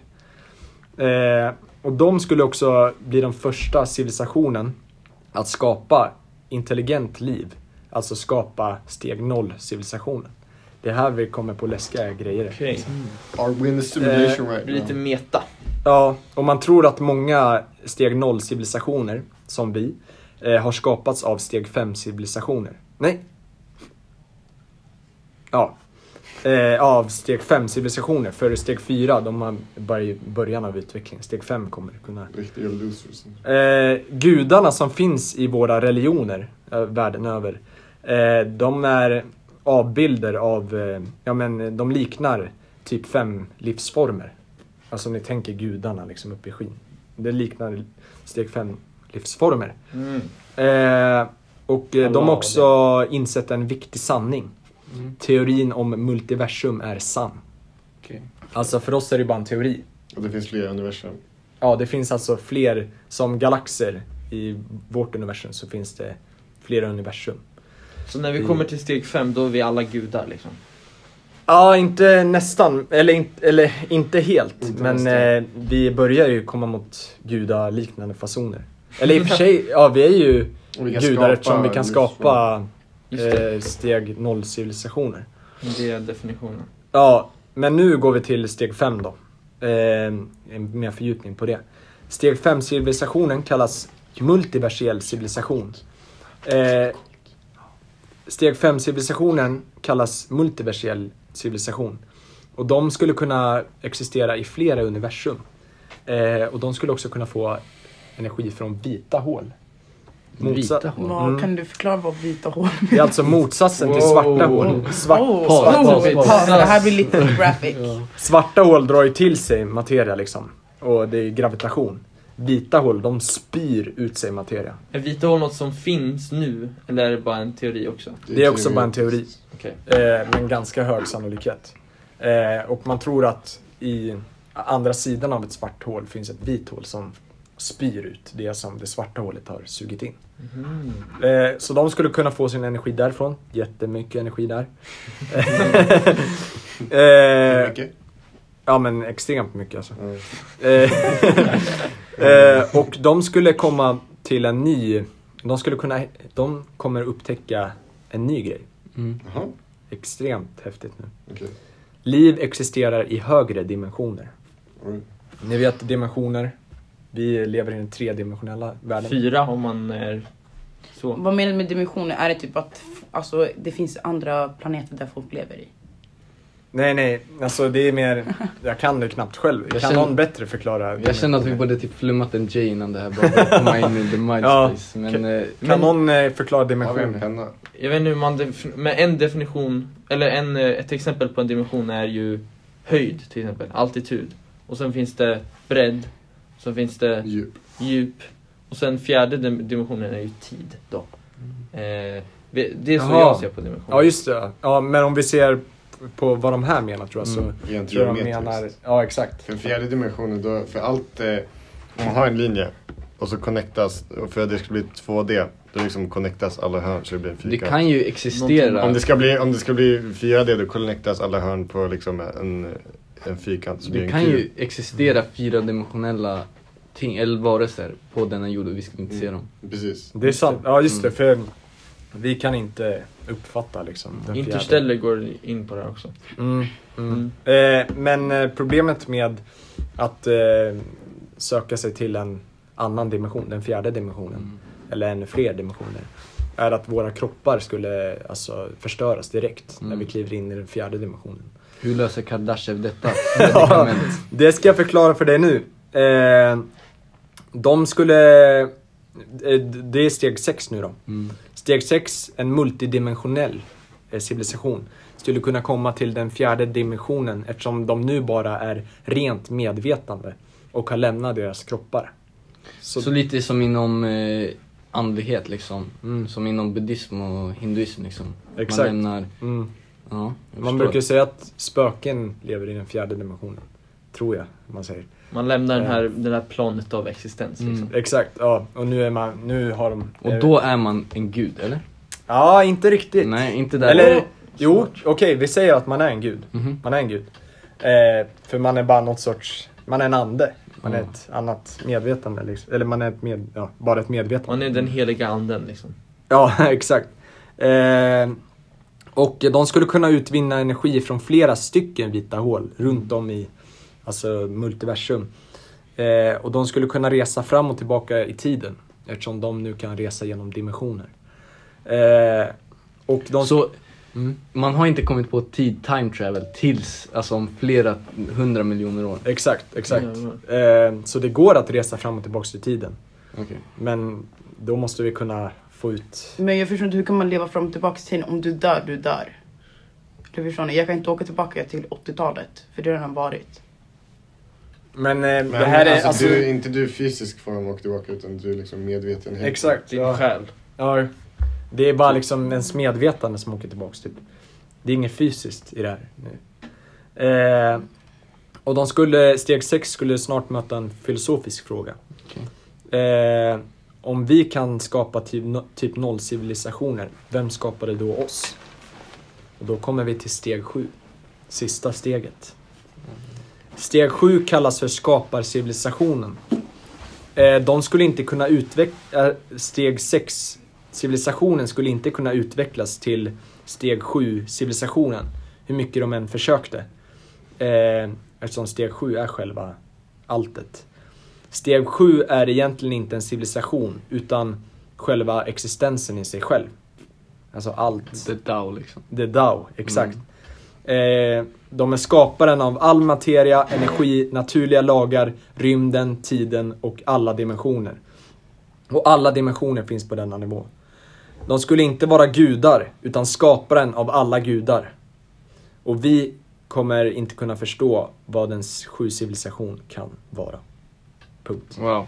Eh, och de skulle också bli den första civilisationen att skapa intelligent liv. Alltså skapa steg noll civilisationen. Det är här vi kommer på läskiga grejer. Okej. Are we in the simulation Eh, right Det blir lite now? meta. Ja, och man tror att många steg noll civilisationer, som vi, eh, har skapats av steg fem civilisationer. Nej. Ja. Eh, av steg fem civilisationer. För steg fyra, de har bara i början av utvecklingen. Steg fem kommer kunna... Riktiga losers. Eh, gudarna som finns i våra religioner eh, världen över, eh, de är avbilder av, eh, ja men de liknar typ fem livsformer. Alltså ni tänker gudarna liksom uppe i skyn. Det liknar steg fem livsformer. Mm. Eh, och eh, de Allah, har också insett en viktig sanning. Mm. Teorin om multiversum är sann. Okej. Alltså för oss är det bara en teori. Och det finns flera universum. Ja, det finns alltså fler som galaxer i vårt universum, så finns det flera universum. Så när vi Mm. kommer till steg fem, då är vi alla gudar liksom. Ja, inte nästan, eller, in, eller inte helt, Inte men nästan. eh, vi börjar ju komma mot gudaliknande fasoner. Eller i och för sig, ja vi är ju Och vi kan gudar skapa eftersom vi kan skapa Just det. eh, steg noll civilisationer. Det är definitionen. Ja, men nu går vi till steg fem då. Eh, en mer fördjupning på det. Steg fem civilisationen kallas multiversell civilisation. Eh, steg fem civilisationen kallas multiversell civilisation. Och de skulle kunna existera i flera universum. Eh, och de skulle också kunna få energi från vita hål. Motsa- Vita hål. Vad, Mm. Kan du förklara vad vita hål Det är alltså motsatsen till Wow. svarta hål. Svart, Oh, svart, oh, svart. paus. Det här blir lite graphic. Svarta hål drar ju till sig materia liksom. Och det är gravitation. Vita hål, de spyr ut sig materia. Är vita hål något som finns nu, eller är det bara en teori också? Det är också bara en teori. Okej. Eh, men ganska hög sannolikhet. Eh, och man tror att i andra sidan av ett svart hål finns ett vit hål som spyr ut det som det svarta hålet har sugit in. Mm. Eh, så de skulle kunna få sin energi därifrån. Jättemycket energi där. eh, Mycket. ja men extremt mycket alltså. Mm. Eh, eh, och de skulle komma till en ny, de skulle kunna, de kommer upptäcka en ny grej. Mm. Jaha, Extremt häftigt nu. okej. Liv existerar i högre dimensioner. Oj. Ni vet dimensioner. Vi lever i den tredimensionella världen. Fyra om man är så. Vad menar du med dimensioner? Är det typ att alltså, det finns andra planeter där folk lever i? Nej, nej. Alltså det är mer... Jag kan det knappt själv. Jag kan känner- någon bättre förklara? Jag känner att vi borde typ flummat en J innan det här bara för att komma in i the mindspace. Men, Kan, eh, kan men- någon eh, förklara Har vi en dimensioner? penna? Jag vet inte hur man defin- med en definition eller en, eh, ett exempel på en dimension är ju höjd till exempel, altitud. Och sen finns det bredd, sen finns det Djup. djup och sen fjärde dim- dimensionen är ju tid då. Eh, vi- det är så Jaha. jag ser på dimensioner. Ja, just det. Ja, men om vi ser på vad de här menar tror jag så... Mm. Rent Tror jag de geometriskt. menar... Ja, exakt. För fjärde dimensionen, då, för allt, eh, om man har en linje och så connectas, och för att det ska bli två D, då liksom connectas alla hörn så det blir en det fyrkant. kan ju existera. Om det ska bli, om det ska bli fyra D, då connectas alla hörn på liksom en, en fyrkant. Så blir Det en kan kub. ju existera fyradimensionella ting eller varelser på denna jord och vi skulle inte se dem. Precis. Det är sant. Ja, just det. För vi kan inte uppfatta liksom den fjärde. Interstellar går in på det här också. Mm, mm. Mm. Eh, men eh, problemet med att eh, söka sig till en annan dimension, den fjärde dimensionen, Mm. eller ännu fler dimensioner, är att våra kroppar skulle alltså förstöras direkt när Mm. vi kliver in i den fjärde dimensionen. Hur löser Kardashev detta? Ja, det ska jag förklara för dig nu. Eh, de skulle... Eh, det är steg sex nu då. Mm. Steg sex, en multidimensionell eh, civilisation, skulle kunna komma till den fjärde dimensionen eftersom de nu bara är rent medvetande och har lämnat deras kroppar. Så, Så, lite som inom eh, andlighet liksom. Mm. Som inom buddhism och hinduism liksom. Exakt. Man lämnar... mm. Ja, jag Man förstår. brukar säga att spöken lever i den fjärde dimensionen. Tror jag man säger. Man lämnar den här, det här planet av existens liksom. Mm. Exakt, ja. Och nu är man, nu har de... Och då är man en gud, eller? Ja, inte riktigt. Nej, inte där. Eller, jo, okej, vi säger att man är en gud. Mhm. Man är en gud. Eh, för man är bara något sorts, man är en ande. Man är Mm. ett annat medvetande liksom. Eller man är ett med, ja, bara ett medvetande. Man är den heliga anden liksom. Ja, exakt. Eh, och de skulle kunna utvinna energi från flera stycken vita hål runt om i alltså multiversum. Eh, och de skulle kunna resa fram och tillbaka i tiden eftersom de nu kan resa genom dimensioner. Eh, och de Så mm, man har inte kommit på tid time travel tills, alltså om flera hundra miljoner år. exakt, exakt. Jävlar. Eh, så det går att resa fram och tillbaka i tiden. Okej. Men då måste vi kunna få ut... Men jag förstår inte, hur kan man leva fram och tillbaka till tiden? Om du dör, du dör. Du förstår ni? Jag kan inte åka tillbaka till åttiotalet, för det har redan varit. Men, eh, Men det här är alltså, alltså... du, inte du fysisk form åker tillbaka utan du är liksom medvetenhet. Exakt. Din Ja. själ. Ja, det är bara liksom ens medvetande som åker tillbaks typ. Det är inget fysiskt i det här nu. Eh, och de skulle, steg sex skulle snart möta en filosofisk fråga. Eh, om vi kan skapa typ, no, typ noll civilisationer, vem skapade då oss? Och då kommer vi till steg sju. Sista steget. Steg sju kallas för skaparcivilisationen. Eh, de skulle inte kunna utveckla... Eh, steg sex civilisationen skulle inte kunna utvecklas till steg sju civilisationen. Hur mycket de än försökte. Eh, eftersom steg sju är själva alltet. Steg sju är egentligen inte en civilisation utan själva existensen i sig själv. Alltså allt. The Dao liksom. The Dao, exakt. Eh, de är skaparen av all materia, energi, naturliga lagar, rymden, tiden och alla dimensioner. Och alla dimensioner finns på denna nivå. De skulle inte vara gudar, utan skaparen av alla gudar. Och vi kommer inte kunna förstå vad en sju civilisation kan vara. Punkt. Wow.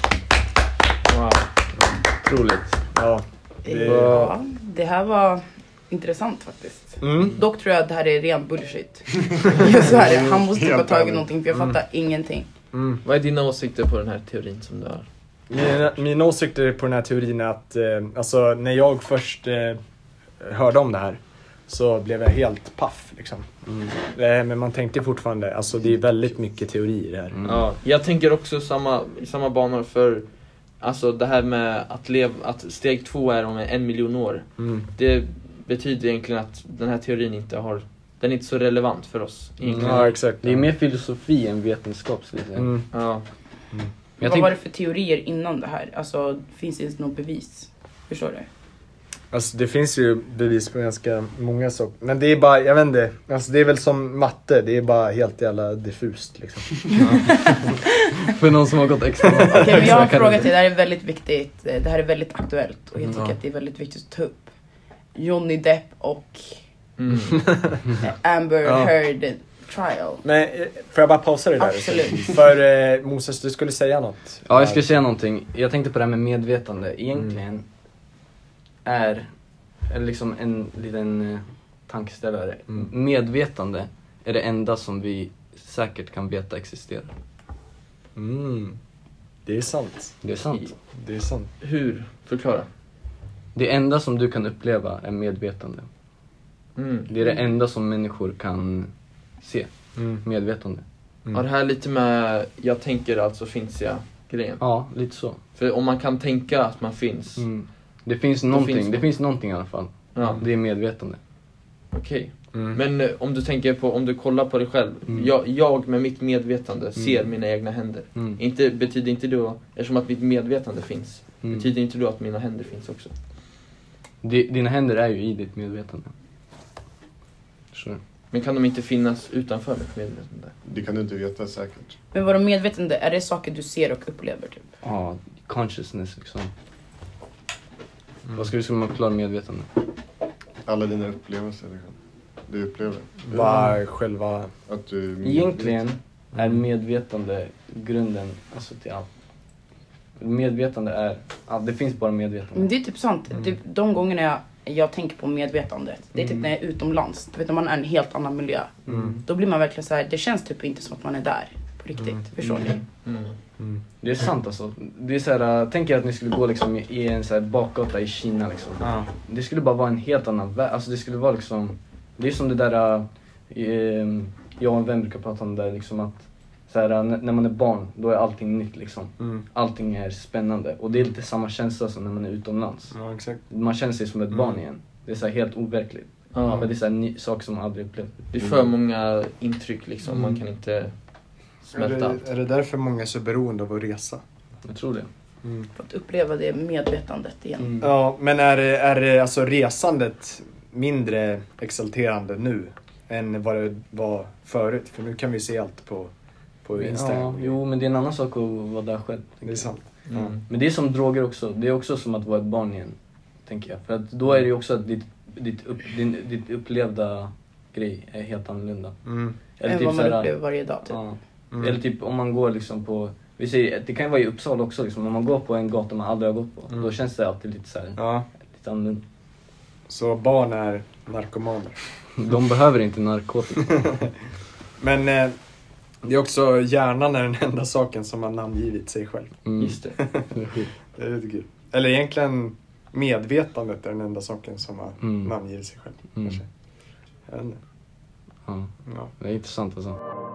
Wow. Otroligt. Ja. Det- Ja, det här var intressant faktiskt. Mm. Dock tror jag att det här är ren bullshit. Så här, han måste ha Helt tagit ärligt. någonting för jag fattar ingenting. Mm. Vad är dina åsikter på den här teorin som du har? Mina, mina åsikter på den här teorin är att eh, alltså, när jag först eh, hörde om det här så blev jag helt paff liksom. Mm. Eh, men man tänkte fortfarande, alltså det är väldigt mycket teori i det här. Mm. Ja, jag tänker också samma, i samma banor för alltså det här med att leva, att steg två är om en miljon år. Mm. Det betyder egentligen att den här teorin inte har, den är inte så relevant för oss egentligen. Ja, exakt. Det är mer filosofi än vetenskap skulle jag säga. Mm. Ja. Mm. Jag Vad tänk- var det för teorier innan det här? Alltså, finns det ens något bevis? Förstår du? Alltså det finns ju bevis på ganska många saker. Men det är bara, jag vet inte, alltså det är väl som matte, det är bara helt jävla diffust liksom. För någon som har gått extra. Okej, men jag har en kan fråga det- till. Det här är väldigt viktigt. Det här är väldigt aktuellt. Och jag tycker Ja. att det är väldigt viktigt att ta upp. Johnny Depp och Mm. Amber Ja. Heard trial. Men eh, får jag bara pausa det där? Absolut. För eh, Moses, du skulle säga något. Ja, jag skulle säga någonting. Jag tänkte på det här med medvetande. Egentligen är, eller liksom en liten eh, tankeställare. Mm. Medvetande är det enda som vi säkert kan veta existerar. Mm. Det är sant. Det är sant. Det är sant. Hur? Förklara. Det enda som du kan uppleva är medvetande. Mm. Det är det enda som människor kan se. Mm. Medvetande. Mm. Har det här lite med jag tänker alltså finns jag grejen? Ja, lite så. För om man kan tänka att man finns. Mm. Det finns någonting, finns det något. finns någonting i alla fall. Ja, Det är medvetande. okej. Mm. Men eh, om du tänker på, om du kollar på dig själv. Mm. Jag, jag med mitt medvetande ser Mm. mina egna händer. Mm. Inte, betyder inte då, eftersom att mitt medvetande finns, Mm. betyder inte då att mina händer finns också? Di- Dina händer är ju i ditt medvetande. Så. Men kan de inte finnas utanför mitt medvetande? Det kan du inte veta säkert. Men vad de medvetande, är det saker du ser och upplever typ? Ja, consciousness liksom. Mm. Vad ska du skulle man förklara medvetande? Alla dina upplevelser liksom. Du upplever. Bara själva... Att du... Egentligen är medvetande grunden alltså till allt. Medvetande är, ja, det finns bara medvetande. Men det är typ sant. Mm. Typ, de gångerna jag, jag tänker på medvetandet, det är typ Mm. när jag är utomlands. Du vet, när man är i en helt annan miljö. Mm. Då blir man verkligen så här. Det känns typ inte som att man är där på riktigt. Mm. Förstår ni? Mm. Mm. Det är sant alltså. Det är så här, äh, tänk er att ni skulle gå liksom i- i en så här bakgata i Kina liksom. Ja. Det skulle bara vara en helt annan värld. Alltså det skulle vara liksom, det är som det där, äh, eh, jag och en vän brukar prata om det där liksom att så här, n- när man är barn, då är allting nytt liksom. Mm. Allting är spännande. Och det är lite samma känsla som när man är utomlands. Ja, exakt. Man känner sig som ett Mm. barn igen. Det är så här helt overkligt. Ja. Men det är så här ny, saker som man aldrig upplevt. Det är för många intryck liksom, Mm. man kan inte Är smälta det, allt. är det därför många är så beroende av att resa? Jag tror det. Mm. För att uppleva det medvetandet igen. Mm. Ja, men är det, är det alltså resandet mindre exalterande nu än vad det var förut? För nu kan vi se allt på, på Ja, Instagram. jo, men det är en annan sak att vara där själv. tänker Det är jag. sant. Mm. Men det är som droger också. Det är också som att vara ett barn igen, tänker jag. För att då är det ju också att ditt, ditt, upp, din, ditt upplevda grej är helt annorlunda. Mm. Än vad man såhär- upplever varje dag typ. ja. Mm. Eller typ om man går liksom på, vi säger, det kan ju vara i Uppsala också liksom. Om man går på en gata man aldrig har gått på, Mm. då känns det alltid lite så här, Ja, lite annorlunda. så barn är narkomaner. De behöver inte narkotika. Men eh, det är också hjärnan är den enda saken som har namngivit sig själv. Mm. Just det. Det är lite kul. Eller egentligen medvetandet är den enda saken som har Mm. namngivit sig själv. Mm. Kanske. Jag vet inte. Ja, Ja. det är intressant alltså.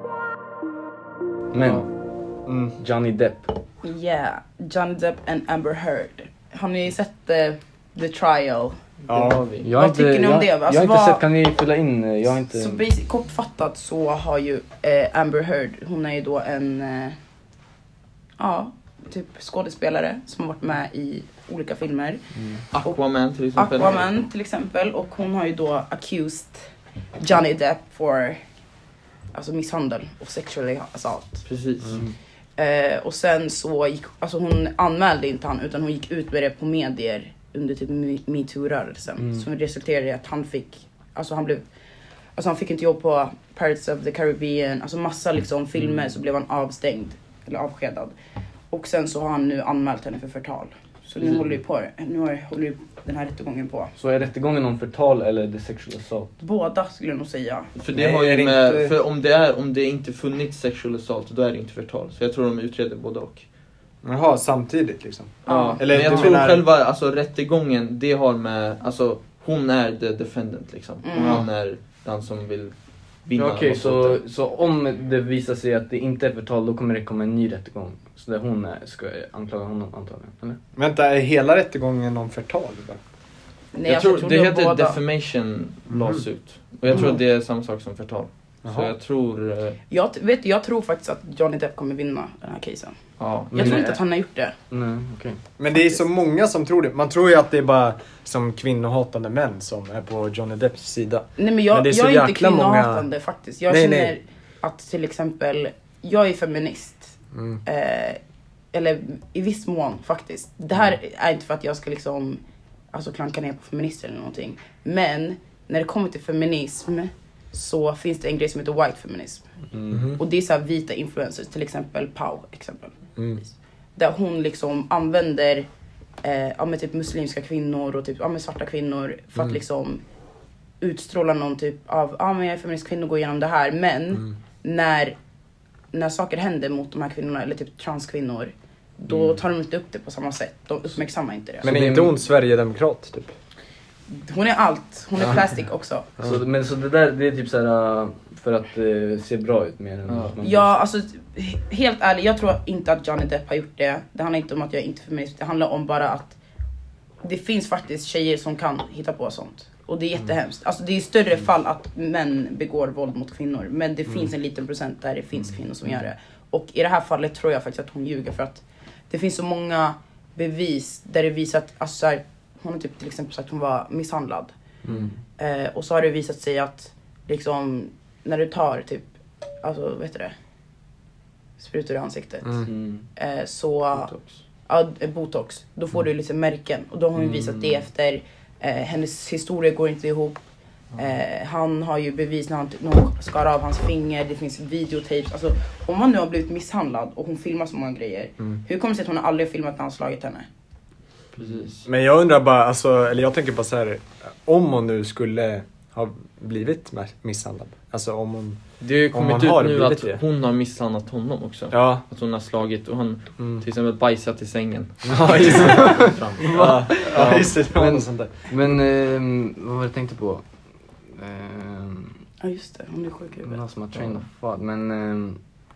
Men, Mm. Johnny Depp. Yeah, Johnny Depp and Amber Heard. Har ni sett uh, The Trial? Det har Ja. vi. Jag har Vad tycker ni om jag, det? Jag Alltså, har inte vad- sett, kan ni fylla in? Jag har inte... Så basic, kortfattat så har ju eh, Amber Heard, hon är ju då en eh, ja, typ skådespelare som har varit med i olika filmer. Aquaman till exempel. Aquaman till exempel, och hon har ju då accused Johnny Depp for alltså misshandel och sexually assault. Precis. Mm. Eh, och sen så gick, alltså hon anmälde inte han utan hon gick ut med det på medier under typ Me- metoo-rörelsen. Mm. Som resulterade i att han fick, alltså han blev, alltså han fick inte jobb på Pirates of the Caribbean, alltså massa liksom filmer, så blev han avstängd eller avskedad. Och sen så har han nu anmält henne för förtal. Så nu Mm. håller ju på nu har- håller ju den här rättegången på. Så är rättegången om förtal eller the sexual assault? Båda skulle jag nog säga. För det Nej, har är ju det med, inte- för om det är om det inte funnits sexual assault, då är det inte förtal. Så jag tror de utreder både och. Jaha, samtidigt liksom. Ja, Eller men jag du tror menar- själva alltså rättegången, det har med, alltså hon är the defendant liksom. Mm. Och han är den som vill vinna. Okej, något så, sånt. så om det visar sig att det inte är förtal, då kommer det komma en ny rättegång. Så där hon är, ska anklaga honom antagligen, eller? Vänta, är hela rättegången om förtal? Då? Nej, jag alltså, tror, det de heter båda- defamation lawsuit. Och jag tror Mm. att det är samma sak som förtal. Så Jaha. jag tror, eh, Jag, t- vet, du, jag tror faktiskt att Johnny Depp kommer vinna den här casen. ja. Jag Men tror det- inte att han har gjort det. Nej, okej. Men det är så många som tror det. Man tror ju att det är bara som kvinnohatande män som är på Johnny Depps sida. Nej, men jag, Men det är så jag är inte jäkla många- kvinnohatande faktiskt. Jag Nej, känner nej. att till exempel, jag är feminist. Mm. Eh, eller i viss mån faktiskt. Det här är inte för att jag ska liksom alltså klanka ner på feminister eller någonting. Men när det kommer till feminism så finns det en grej som heter white feminism. Mhm. Och det är så här vita influencers, till exempel Pau exempel. Mm. Där hon liksom använder eh, ja, men typ muslimska kvinnor och typ, ja, men svarta kvinnor för att Mm. liksom utstråla någon typ av, ja men jag är feminist kvinna och går igenom det här. Men Mm. när, när saker händer mot de här kvinnorna, eller typ transkvinnor, då Mm. tar de inte upp det på samma sätt. De uppmärksammar inte det. Men Så är det- inte hon Sverigedemokrat typ? Hon är allt. Hon är plastic också. Så, men så det där, det är typ såhär för att eh, se bra ut mer än Ja. att man- Ja, alltså he- helt ärligt, jag tror inte att Johnny Depp har gjort det. Det handlar inte om att jag inte är feminist. Det handlar om bara att det finns faktiskt tjejer som kan hitta på sånt. Och det är jättehemskt. Alltså det är större fall att män begår våld mot kvinnor. Men det finns en liten procent där det finns kvinnor som gör det. Och i det här fallet tror jag faktiskt att hon ljuger. För att det finns så många bevis där det visar att, alltså så här, hon har typ till exempel sagt att hon var misshandlad. Mm. Eh, och så har det visat sig att liksom när du tar typ, alltså vad heter det? Sprutor i ansiktet. Mm. Mm. Eh, så, Botox. ja, eh, botox. Då får du liksom märken. Och då har hon visat det efter. Eh, hennes historia går inte ihop. Eh, han har ju bevis när han typ- någon skar av hans finger. Det finns videotapes. Alltså, om han nu har blivit misshandlad och hon filmar så många grejer. Mm. Hur kommer det sig att hon aldrig har filmat när han slagit henne? Precis. Men jag undrar bara, alltså, eller jag tänker bara så här, om hon nu skulle ha blivit misshandlad. Alltså om hon... Det har ju Om kommit man ut har nu blivit att det. hon har misshandlat honom också. Ja. Att hon har slagit och han Mm. till exempel bajsat i sängen. Ja, just det. Fram. Ja, ja, just det. Det var Men- något sånt där. Men ehm, vad var det jag tänkte på? Ehm, Ja just det, hon är sjuk i huvudet. någon som har train of thought, men... ehm,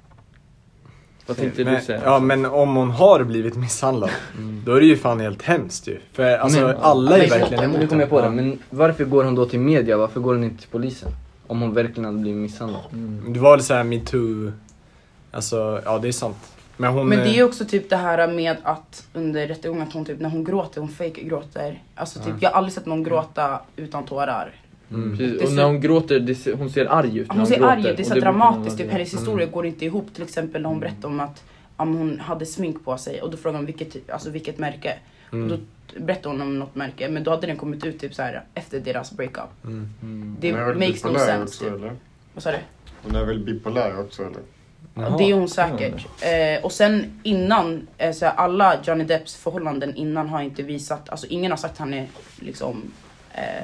Vad tänkte du Men, säga? ja, men om hon har blivit misshandlad, då är det ju fan helt hemskt ju. För alltså Men- alla är Men- verkligen nu emot kommer jag på det, henne. men varför går hon då till media? Varför går hon inte till polisen? Om hon verkligen hade blivit misshandlad. Mm. Det var väl såhär metoo, alltså ja det är sant. Men hon... Men det är ju eh, också typ det här med att under rättegången att hon typ när hon gråter, hon fake gråter. Alltså typ Ja. jag har aldrig sett någon gråta utan tårar. mm. Precis. Det Och ser- när hon gråter, det ser, hon ser arg ut när Hon ser gråter. arg ut, det är Och så brukar dramatiskt. vara Typ det. hennes historia Mm. går inte ihop. Till exempel när hon berättade om att om hon hade smink på sig och då frågade hon vilket, typ- alltså vilket märke. Mm. Och då berättade hon om något märke men då hade den kommit ut typ så här efter deras breakup. Mm. Mm. Det Hon är väl makes no bipolär sense också, typ. eller? Vad sa du? Hon är väl bipolär också eller? Ja, det är hon säkert. Eh, och sen innan, eh, så här, alla Johnny Depps förhållanden innan har inte visat, alltså ingen har sagt att han är liksom eh,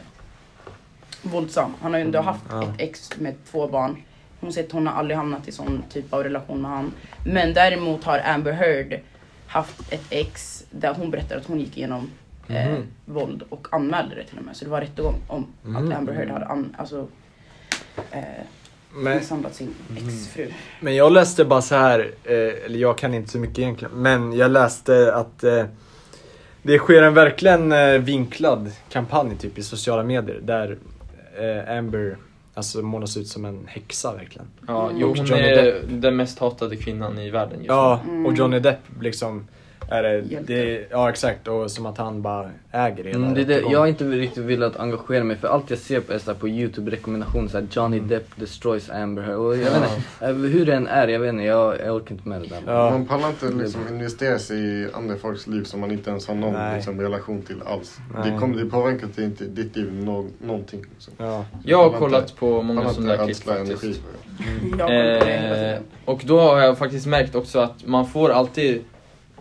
våldsam. Han har ju ändå haft Ja. ett ex med två barn. Hon säger att hon har aldrig hamnat i sån typ av relation med han. Men däremot har Amber Heard haft ett ex där hon berättar att hon gick igenom eh, Mhm. våld och anmälde det till och med. Så det var rättegång om Mhm. att Amber Heard hade an, alltså, eh, Men, misshandlat sin exfru. men jag läste bara så här, eh, eller jag kan inte så mycket egentligen, men jag läste att eh, det sker en verkligen eh, vinklad kampanj typ i sociala medier där eh, Amber alltså målas ut som en häxa verkligen. Ja, Mm. jo, Och hon Johnny är den mest hatade kvinnan i världen just Ja, Mm. och Johnny Depp liksom är det, Hjälte. det, ja exakt, och som att han bara äger hela Mm, det är det, rättegången. jag har inte riktigt velat engagera mig för allt jag ser på, är så här, på YouTube-rekommendationer såhär Johnny Depp destroys Amber Heard. Och jag vet inte, eh, hur det än är, jag vet inte, jag, jag orkar inte med det där. Ja. Man pallar inte liksom investera sig i andra folks liv som man inte ens har någon Nej. liksom, relation till alls. Nej. Det, kommer, det påverkar inte inte ditt liv nå, någonting. Liksom. Ja. Jag har Man kollat inte- på Man många har sådana inte där klipp ödsla energi faktiskt. för det. Jag kollar på det hela Eh, tiden. och då har jag faktiskt märkt också att man får alltid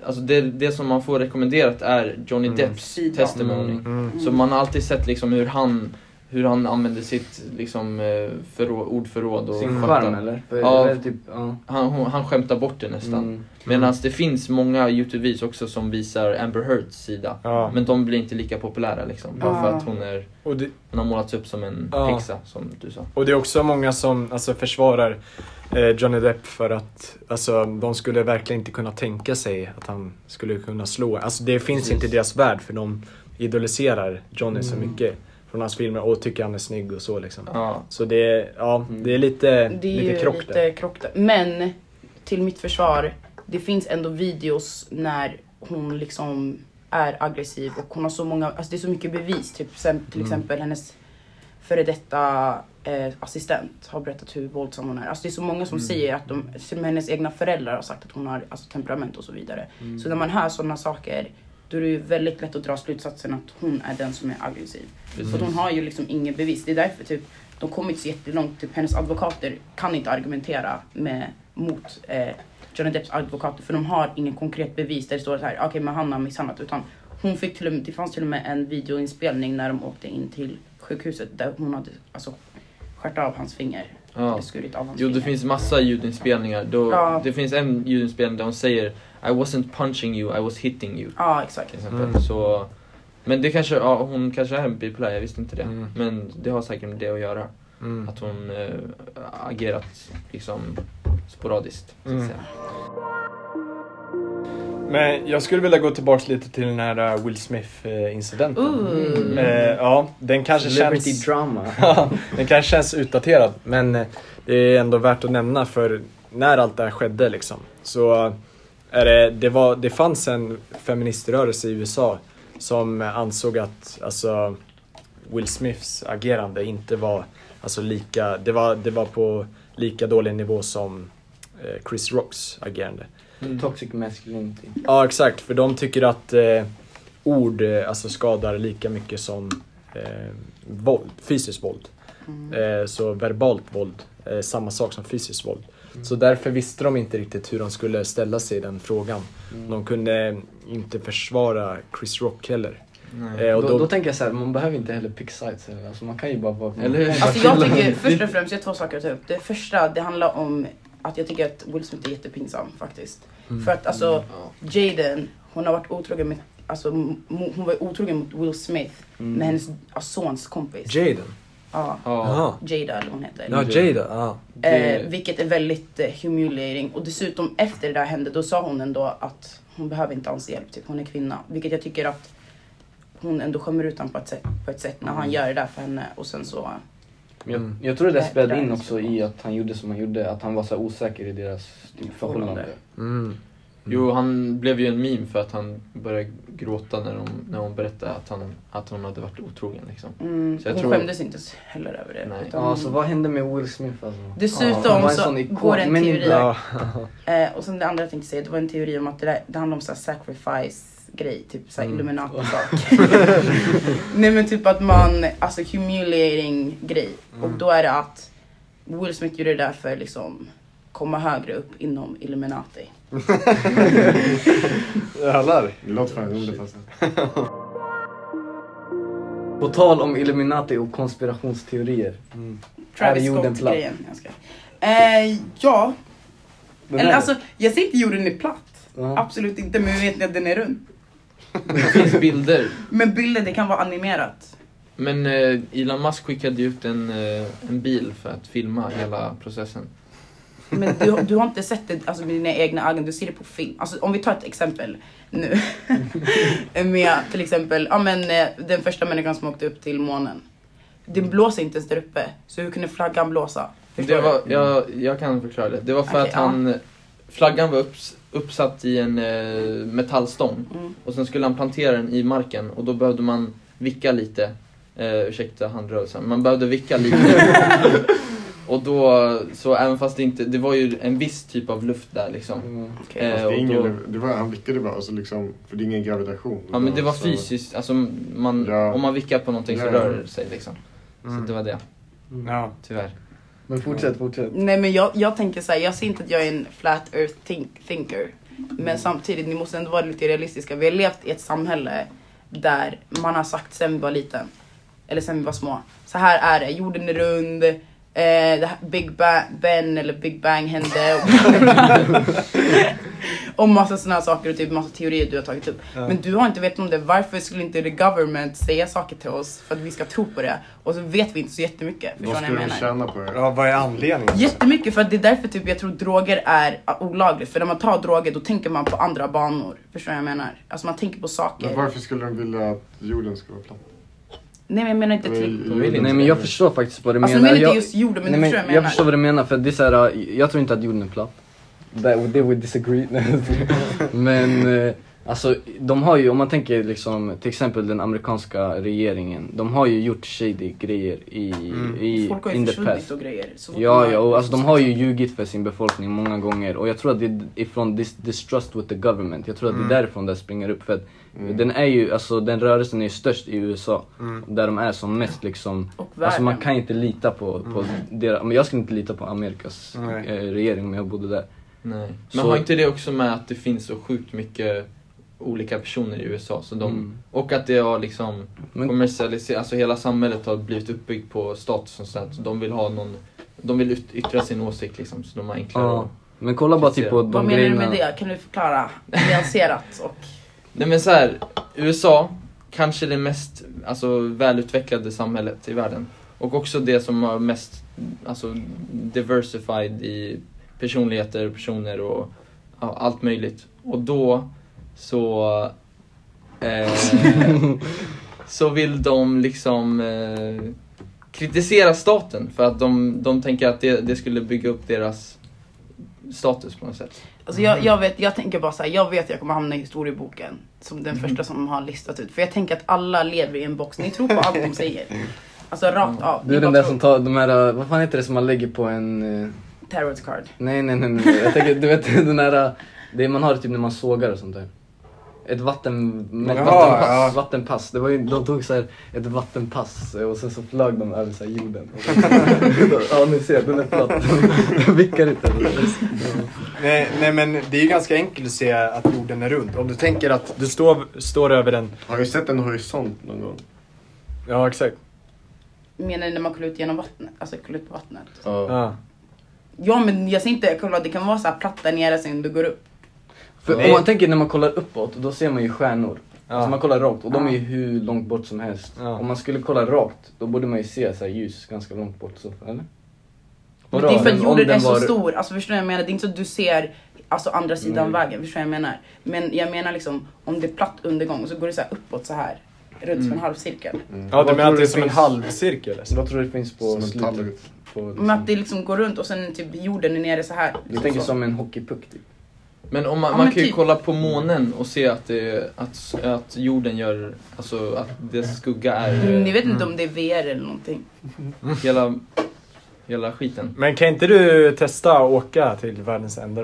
alltså det, det som man får rekommenderat är Johnny Mm. Depps testimony. Mm, mm. Så man har alltid sett liksom hur han hur han använder sitt liksom förråd, ordförråd och Sin skämtar. charm eller? För, Ja. eller typ, ja. Han, hon, han skämtar bort det nästan. Mm. Medan det finns många YouTube-videos också som visar Amber Heards sida. Ja. Men de blir inte lika populära liksom. Bara Ja. för att hon är Och det, hon har målats upp som en Ja. häxa som du sa. och det är också många som alltså, försvarar eh, Johnny Depp för att alltså, de skulle verkligen inte kunna tänka sig att han skulle kunna slå. Alltså det finns Precis. inte i deras värld för de idoliserar Johnny så Mm. mycket från hans filmer och tycker han är snygg och så liksom. Ja. Så det är, ja, Mm. det är lite, Det är lite ju krock lite där. krock där. Men till mitt försvar, det finns ändå videos när hon liksom är aggressiv och hon har så många, alltså det är så mycket bevis. Typ sen, till Mm. exempel hennes före detta eh, assistent har berättat hur våldsam hon är. Alltså det är så många som Mm. säger att de, som hennes egna föräldrar har sagt att hon har alltså, temperament och så vidare. Mm. Så när man hör sådana saker, då är det ju väldigt lätt att dra slutsatsen att hon är den som är aggressiv. Precis. För hon har ju liksom ingen bevis. Det är därför typ, de kommer inte så jättelångt. Typ, hennes advokater kan inte argumentera med, mot eh, Johnny Depps advokater. För de har ingen konkret bevis där det står så här, okej okay, men han har misshandlat. Utan hon fick till och med, det fanns till och med en videoinspelning när de åkte in till sjukhuset. Där hon hade alltså skärt av hans finger. Ja. Eller skurit av hans Jo, finger. det finns massa ljudinspelningar. Då, Ja. Det finns en ljudinspelning där hon säger I wasn't punching you, I was hitting you. Ja, exakt. Till exempel. Mm. Så, men det kanske, ja, hon kanske är bipolär, jag visste inte det. Mm. Men det har säkert med det att göra. Mm. Att hon äh, agerat liksom sporadiskt. Så att Mm. säga. Men jag skulle vilja gå tillbaka lite till den här uh, Will Smith-incidenten. Ooh. Eh, ja, den kanske Celebrity känns... drama. Ja, den kanske känns utdaterad, men eh, det är ändå värt att nämna för när allt det här skedde liksom. Så eh, är det, det, var, det fanns en feministrörelse i U S A som eh, ansåg att alltså, Will Smiths agerande inte var alltså, lika, det var, det var på lika dålig nivå som eh, Chris Rocks agerande. Toxic masculinity. Ja, exakt, för de tycker att eh, ord eh, alltså skadar lika mycket som eh, våld, fysiskt våld. Mm. Eh, så verbalt våld, eh, samma sak som fysiskt våld. Så därför visste de inte riktigt hur de skulle ställa sig i den frågan. Mm. De kunde inte försvara Chris Rock heller. Nej. Eh, och Då, då, då tänker jag så här, man behöver inte heller pick sides. Eller? Alltså, man kan ju bara vara... Eller hur? Alltså jag tycker först och främst, jag har två saker att ta upp. Det första, det handlar om att jag tycker att Will Smith är jättepinsam faktiskt. Mm. För att alltså Ja. Jaden, hon har varit otrogen med, alltså mo, hon var otrogen mot Will Smith Mm. med hennes alltså, sons kompis. Jaden? Ja, Ja. Jada eller vad hon heter. Ja, Jada, ja. Det- Eh, vilket är väldigt eh, humiliating. Och dessutom efter det där hände, då sa hon ändå att hon behöver inte hans hjälp, typ hon är kvinna. Vilket jag tycker att hon ändå skämmer ut honom på ett sätt, på ett sätt när han gör det där för henne. Och sen så... Jag, Mm. jag tror det där Nej, spelade det där in är också så. i att han gjorde som han gjorde. Att han var så här osäker i deras typ, förhållande. Mm. Jo, han blev ju en meme för att han började gråta när hon, när hon berättade att, han, att hon hade varit otrogen liksom. Mm, Så jag hon tror- skämdes inte heller över det. Nej. utan- Ja, så vad hände med Will Smith alltså? Dessutom Ja, han var en så sån ikon. går det en Men in teori. Black. Ja. Eh, och sen det andra jag tänkte säga, det var en teori om att det, där, det handlar om så här sacrifice-grej, typ såhär Mm. Illuminati-sak. Nej men typ att man, alltså humiliating-grej. Och då är det att Will Smith gjorde det där för liksom komma högre upp inom Illuminati. Jävlar. Det låter fan roligt alltså. På tal om Illuminati och konspirationsteorier. Mm. Travis Är jorden Scott-grejen. Jag ska. Eh, ja, Den eller här- alltså jag säger inte jorden är platt. Ja. Absolut inte, men vi vet ni att den är rund. Det finns bilder. Men bilder, det kan vara animerat. Men eh, Elon Musk skickade ju ut en, eh, en bil för att filma hela processen. Men du, du har inte sett det alltså, med dina egna ögon, du ser det på film. Alltså, om vi tar ett exempel nu. med till exempel ja, men, eh, den första människan som åkte upp till månen. Det blåser inte ens där uppe. Så hur kunde flaggan blåsa? Förstår Det du? var, jag, jag kan förklara det. Det var för Okej, att han, flaggan var upps, uppsatt i en eh, metallstång. Mm. Och sen skulle han plantera den i marken. Och då behövde man vicka lite. Eh, ursäkta handrörelsen. Man behövde vicka lite. Och då, så även fast det inte, det var ju en viss typ av luft där liksom. Mm. Okej. Eh, Fast det är och ingen, då, det var, han vickade bara, alltså liksom, för det är ingen gravitation. ja men det var Så- fysiskt, alltså man, Ja. om man vickar på någonting så Ja, ja. rör det sig liksom. Mm. Så det var det, Ja. tyvärr. Men fortsätt, fortsätt. Nej men jag, jag tänker så här, jag ser inte att jag är en flat earth think, thinker. Men samtidigt, ni måste ändå vara lite realistiska. Vi har levt i ett samhälle där man har sagt sen vi var liten, eller sen vi var små, så här är det, jorden är rund, eh, det här Big Bang, Ben eller Big Bang hände och massa såna saker och typ massa teorier du har tagit upp. Ja. Men du har inte vetat om det. Varför skulle inte the government säga saker till oss för att vi ska tro på det? Och så vet vi inte så jättemycket. Vad skulle du tjäna på det? Ja, vad är anledningen? Jättemycket, för att det är därför typ jag tror droger är olagligt. För när man tar droger då tänker man på andra banor. Förstår jag menar? Alltså man tänker på saker. Men varför skulle de vilja att jorden ska vara platt? Nej men jag menar inte till... Nej men jag förstår faktiskt vad du alltså, menar. Alltså jag menar inte just jorden, men nej, du förstår men jag, jag förstår vad du menar, för det är så här, jag tror inte att jorden är platt. That, they would disagree. Men eh, alltså de har ju, om man tänker liksom till exempel den amerikanska regeringen, de har ju gjort shady grejer i mm. i folk har ju in the försvunnit past. Och grejer. Så ja ja, och alltså de har ju ljugit för sin befolkning många gånger, och jag tror att det är ifrån this distrust with the government. Jag tror att mm. det är därifrån det springer upp, för att mm. den är ju, alltså den rörelsen är ju störst i U S A, mm. där de är som mest liksom, alltså man kan inte lita på på mm. deras, men jag skulle inte lita på Amerikas mm. eh, regering om jag bodde där. Nej. Men så, har inte det också med att det finns så sjukt mycket olika personer i U S A, så de, mm. och att det har liksom kommersialiserat, alltså hela samhället har blivit uppbyggt på status och sånt, så de vill ha någon, de vill yttra sin åsikt liksom, så de har enklare ja. Men kolla bara typ på de vad grejerna. menar du med det? Kan du förklara nyanserat? Och... Nej men så här, U S A kanske det mest alltså välutvecklade samhället i världen, och också det som har mest alltså diversified i personligheter, personer och ja, allt möjligt. Och då så eh, så vill de liksom eh, kritisera staten för att de, de tänker att det, det skulle bygga upp deras status på något sätt. Alltså jag, jag vet, jag tänker bara så här, jag vet att jag kommer hamna i historieboken som den mm. första som har listat ut. För jag tänker att alla lever i en box. Ni tror på allt de säger. Alltså rakt av. Du är den där som tar de här, vad fan heter det som man lägger på en... Uh... Tarot card. Nej, nej, nej, nej. Jag tänker, du vet den där, det man har typ när man sågar och sånt där. Ett vatten, med Jaha, vattenpass, ja. vattenpass. Det var ju, de tog så här ett vattenpass och sen så flög de över så här jorden. Ja, ni ser, den är platt. Den vickar inte. nej, nej, men det är ju ganska enkelt att se att jorden är rund. Om du tänker att du står, står över den. Har du sett en horisont någon gång? Ja, exakt. Menar ni när man kollar ut genom vattnet? Alltså kollar ut på vattnet? Ja. Ja. Ja, men jag ser inte, kolla, det kan vara så här platt där nere sen du går upp. För om man tänker när man kollar uppåt, då ser man ju stjärnor. Ja. Alltså man kollar rakt och de Ja. är ju hur långt bort som helst. Ja. Om man skulle kolla rakt, då borde man ju se så här ljus ganska långt bort, så, eller? Men det är för att Om jorden den är så var- stor. Alltså förstår jag menar, det är inte så att du ser alltså andra sidan Mm. vägen, förstår jag menar. Men jag menar liksom, om det är platt undergång och så går det så här uppåt så här. Runt som en halvcirkel. Mm. Ja, du Vad menar tror att det är du som en finns- halvcirkel? Eller? Vad tror du det finns på Som en slutet? tallrik. På, Men att det liksom går runt och sen typ jorden är nere så här. Du tänker som en hockeypuck typ. Men om man, Ja, man men kan ju typ- kolla på månen och se att, det, att, att jorden gör, alltså att dess skugga är Mm, Ni vet inte om det är V R eller någonting. hela, hela skiten. Men kan inte du testa att åka till världens ände då?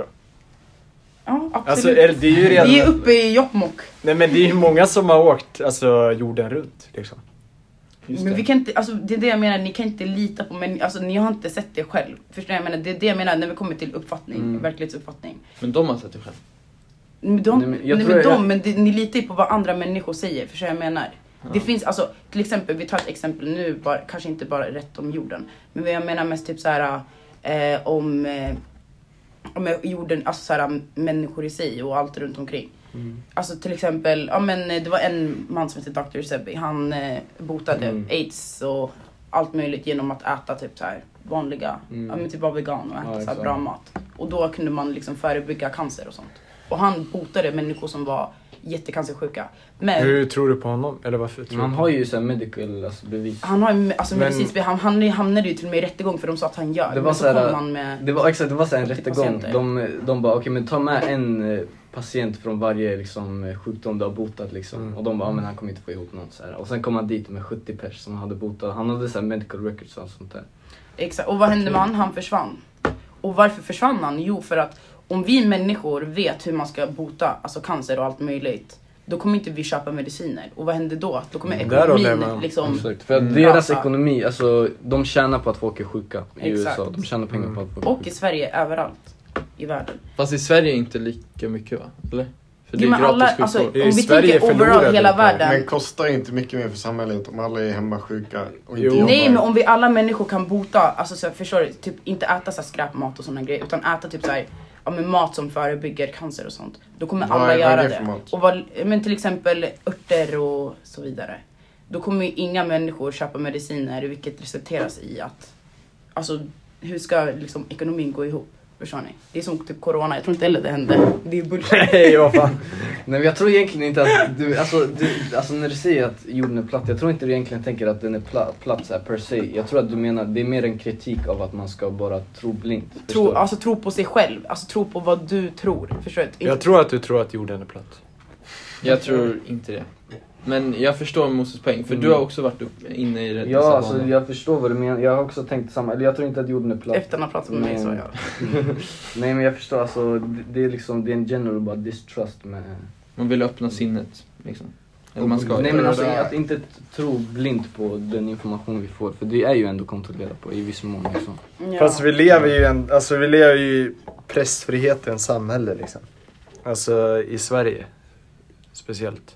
Ja, absolut. Alltså, är, det är ju redan... Vi är uppe i Jokkmokk. Nej, men det är ju många som har åkt alltså, jorden runt liksom. Just Men det. vi kan inte, alltså det är det jag menar, ni kan inte lita på, men alltså ni har inte sett det själv. Förstår jag menar, det är det jag menar när vi kommer till uppfattning, Mm. verklighetsuppfattning. Men de har sett det själv. Men de, Nej, nej, men jag men, tror de, jag- men det, ni litar ju på vad andra människor säger, förstår jag menar. Ja. Det finns alltså, till exempel, vi tar ett exempel nu, bara, kanske inte bara rätt om jorden. Men vad jag menar mest typ så här eh, om, eh, om jorden, alltså så här människor i sig och allt runt omkring. Mm. Alltså till exempel, ja men det var en man som heter doktor Sebi. Han eh, botade Mm. aids och allt möjligt genom att äta typ så här vanliga, Mm. ja men typ vara vegan och äta Ja, så här exakt. bra mat. Och då kunde man liksom förebygga cancer och sånt. Och han botade människor som var jättecancersjuka. Men Hur tror du på honom? Eller varför tror Man du? har ju så här medical alltså, bevis. han har ju, alltså Men- medicinskt, han, han hamnade ju till och med i rättegång för de sa att han gör. Det var Men så så här, kom han med, Det var exakt, det var så här en till rättegång. patienter. De, de bara okej, men ta med en eh, patient från varje liksom, eh, sjukdom du har botat liksom. Mm. Och de bara, ja, men han kommer inte få ihop något så här. Och sen kom han dit med sjuttio pers som hade botat. Han hade så här medical records och sånt där. exakt. Och vad hände med han? Han försvann. Och varför försvann han? Jo, för att om vi människor vet hur man ska bota alltså cancer och allt möjligt, då kommer inte vi köpa mediciner. Och vad händer då? Då kommer Mm, där håller jag ekonomin med. liksom... Exakt. För att Mm. deras rasa. ekonomi, alltså de tjänar på att folk är sjuka i Exakt. U S A. De tjänar pengar på att folk är Och i sjuka. Sverige, överallt. i världen. Fast i Sverige är inte lika mycket, va? Eller? För det Jo, är men gratis alla, sjukvård. alltså, om I vi Sverige tänker förlorar overall vi hela på- världen. Men kostar inte mycket mer för samhället om alla är hemma sjuka och inte Jo. jobbar? Nej, men om vi alla människor kan bota, alltså så här, förstår du, typ inte äta så här skräpmat och såna grejer, utan äta typ så här, ja, men mat som förebygger cancer och sånt. Då kommer Vad alla är- vad är göra det det. för mat? Och vad, men till exempel örter och så vidare. Då kommer ju inga människor köpa mediciner vilket resulteras i att, alltså hur ska liksom ekonomin gå ihop? Förstår ni? Det är som typ corona, jag tror inte heller det hände. Det är bullshit. Nej, vad fan. Nej, men jag tror egentligen inte att du, alltså, du, alltså när du säger att jorden är platt, jag tror inte du egentligen tänker att den är platt, platt så här per se. Jag tror att du menar, det är mer en kritik av att man ska bara tro blint. Tro, förstår du? alltså tro på sig själv, alltså tro på vad du tror. Förstår du? Jag tror att du tror att jorden är platt. Jag tror inte det. Men jag förstår Moses poäng, för Mm. du har också varit upp, inne i det. dessa Ja, alltså, banor. jag förstår vad du menar. Jag har också tänkt samma, eller jag tror inte att jorden är platt. Efter att ha pratat med mig så Men- jag. Nej, men jag förstår, alltså det, det är liksom, det är en general bara distrust med... Man vill öppna sinnet, liksom. Eller man ska. Nej, men alltså det- att inte tro blint på den information vi får, för det är ju ändå kontrollerat på i viss mån liksom. Ja. Fast vi lever ju en, alltså vi lever ju i pressfrihetens samhälle liksom. Alltså i Sverige. Speciellt.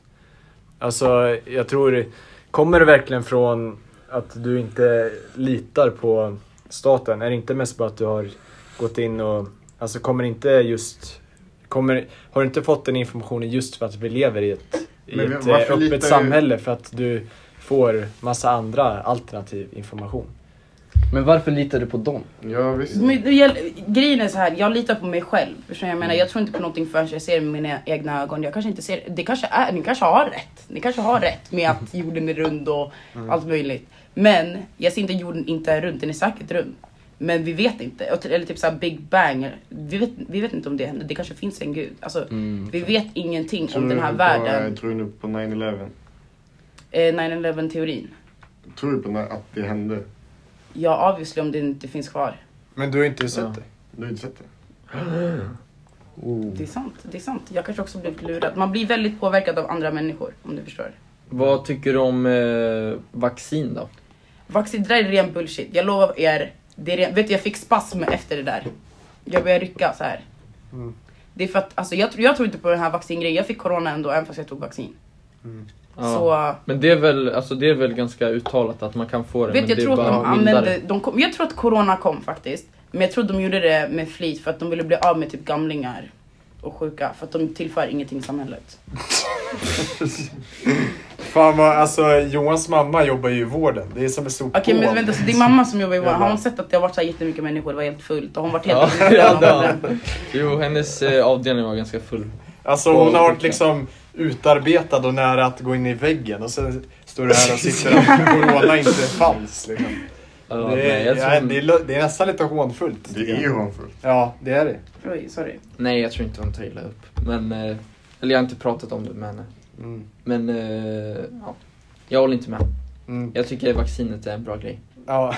Alltså jag tror, kommer det verkligen från att du inte litar på staten? Är det inte mest bara att du har gått in och, alltså kommer inte just, kommer, har du inte fått den informationen just för att vi lever i ett, i Men ett varför eh, litar öppet du- samhälle för att du får massa andra alternativ information? Men varför litar du på dem? Ja, visst. Men det gäller, grejen är så här, jag litar på mig själv. Förstår jag menar, jag tror inte på någonting förrän jag ser det med mina egna ögon. Jag kanske inte ser, det kanske är, ni kanske har rätt. Ni kanske har rätt med att jorden är rund och allt möjligt. Men jag ser inte att jorden inte är rund, den är säkert rund. Men vi vet inte. Eller typ så här Big Bang, vi vet, vi vet inte om det händer. Det kanske finns en gud. Alltså, Mm, vi vet ingenting Tror om den du här på- världen. Tror du på nine eleven? Eh, nine eleven teorin. Tror du på när- att det hände? Ja, obviously om det inte finns kvar. Men du har inte sett Ja. det? Du har inte sett det? Oh. Det är sant, det är sant. Jag kanske också blivit lurad. Man blir väldigt påverkad av andra människor, om du förstår. Vad tycker du om eh, vaccin då? Vaccin, det där är ren bullshit. Jag lovar er. Det är ren, vet du, jag fick spasm efter det där. Jag började rycka så här. Mm. Det är för att, alltså, jag, tror- jag tror inte på den här vaccingrejen. Jag fick corona ändå, även fast jag tog vaccin. Ja. Så, Men det är väl, alltså det är väl ganska uttalat att man kan få det. vet men jag det är tror att de bara använde, mildare. de kom, jag tror att corona kom faktiskt. Men jag tror att de gjorde det med flit för att de ville bli av med typ gamlingar och sjuka. För att de tillför ingenting i samhället. Fan vad, alltså Johans mamma jobbar ju i vården. Det är som en stor Okej, men vänta, så din mamma som jobbar i vården, Jävlar. har hon sett att det har varit så här jättemycket människor, det var helt fullt och hon var Ja, helt ja, ja, det har- Jo, hennes eh, avdelning var ganska full. Alltså hon har varit liksom utarbetad och nära att gå in i väggen. Och sen står du här och sitter och corona inte fanns liksom. Ja, Det nej, är, jag ja, tror, det, är, lo- det är nästan lite hånfullt. Det är ju hånfullt. Ja, det är det. Oj, sorry. nej, jag tror inte hon tar illa upp. Men, eh, eller jag har inte pratat om det med henne. Mm. Men eh, ja, jag håller inte med. Mm. Jag tycker vaccinet är en bra grej. Ja.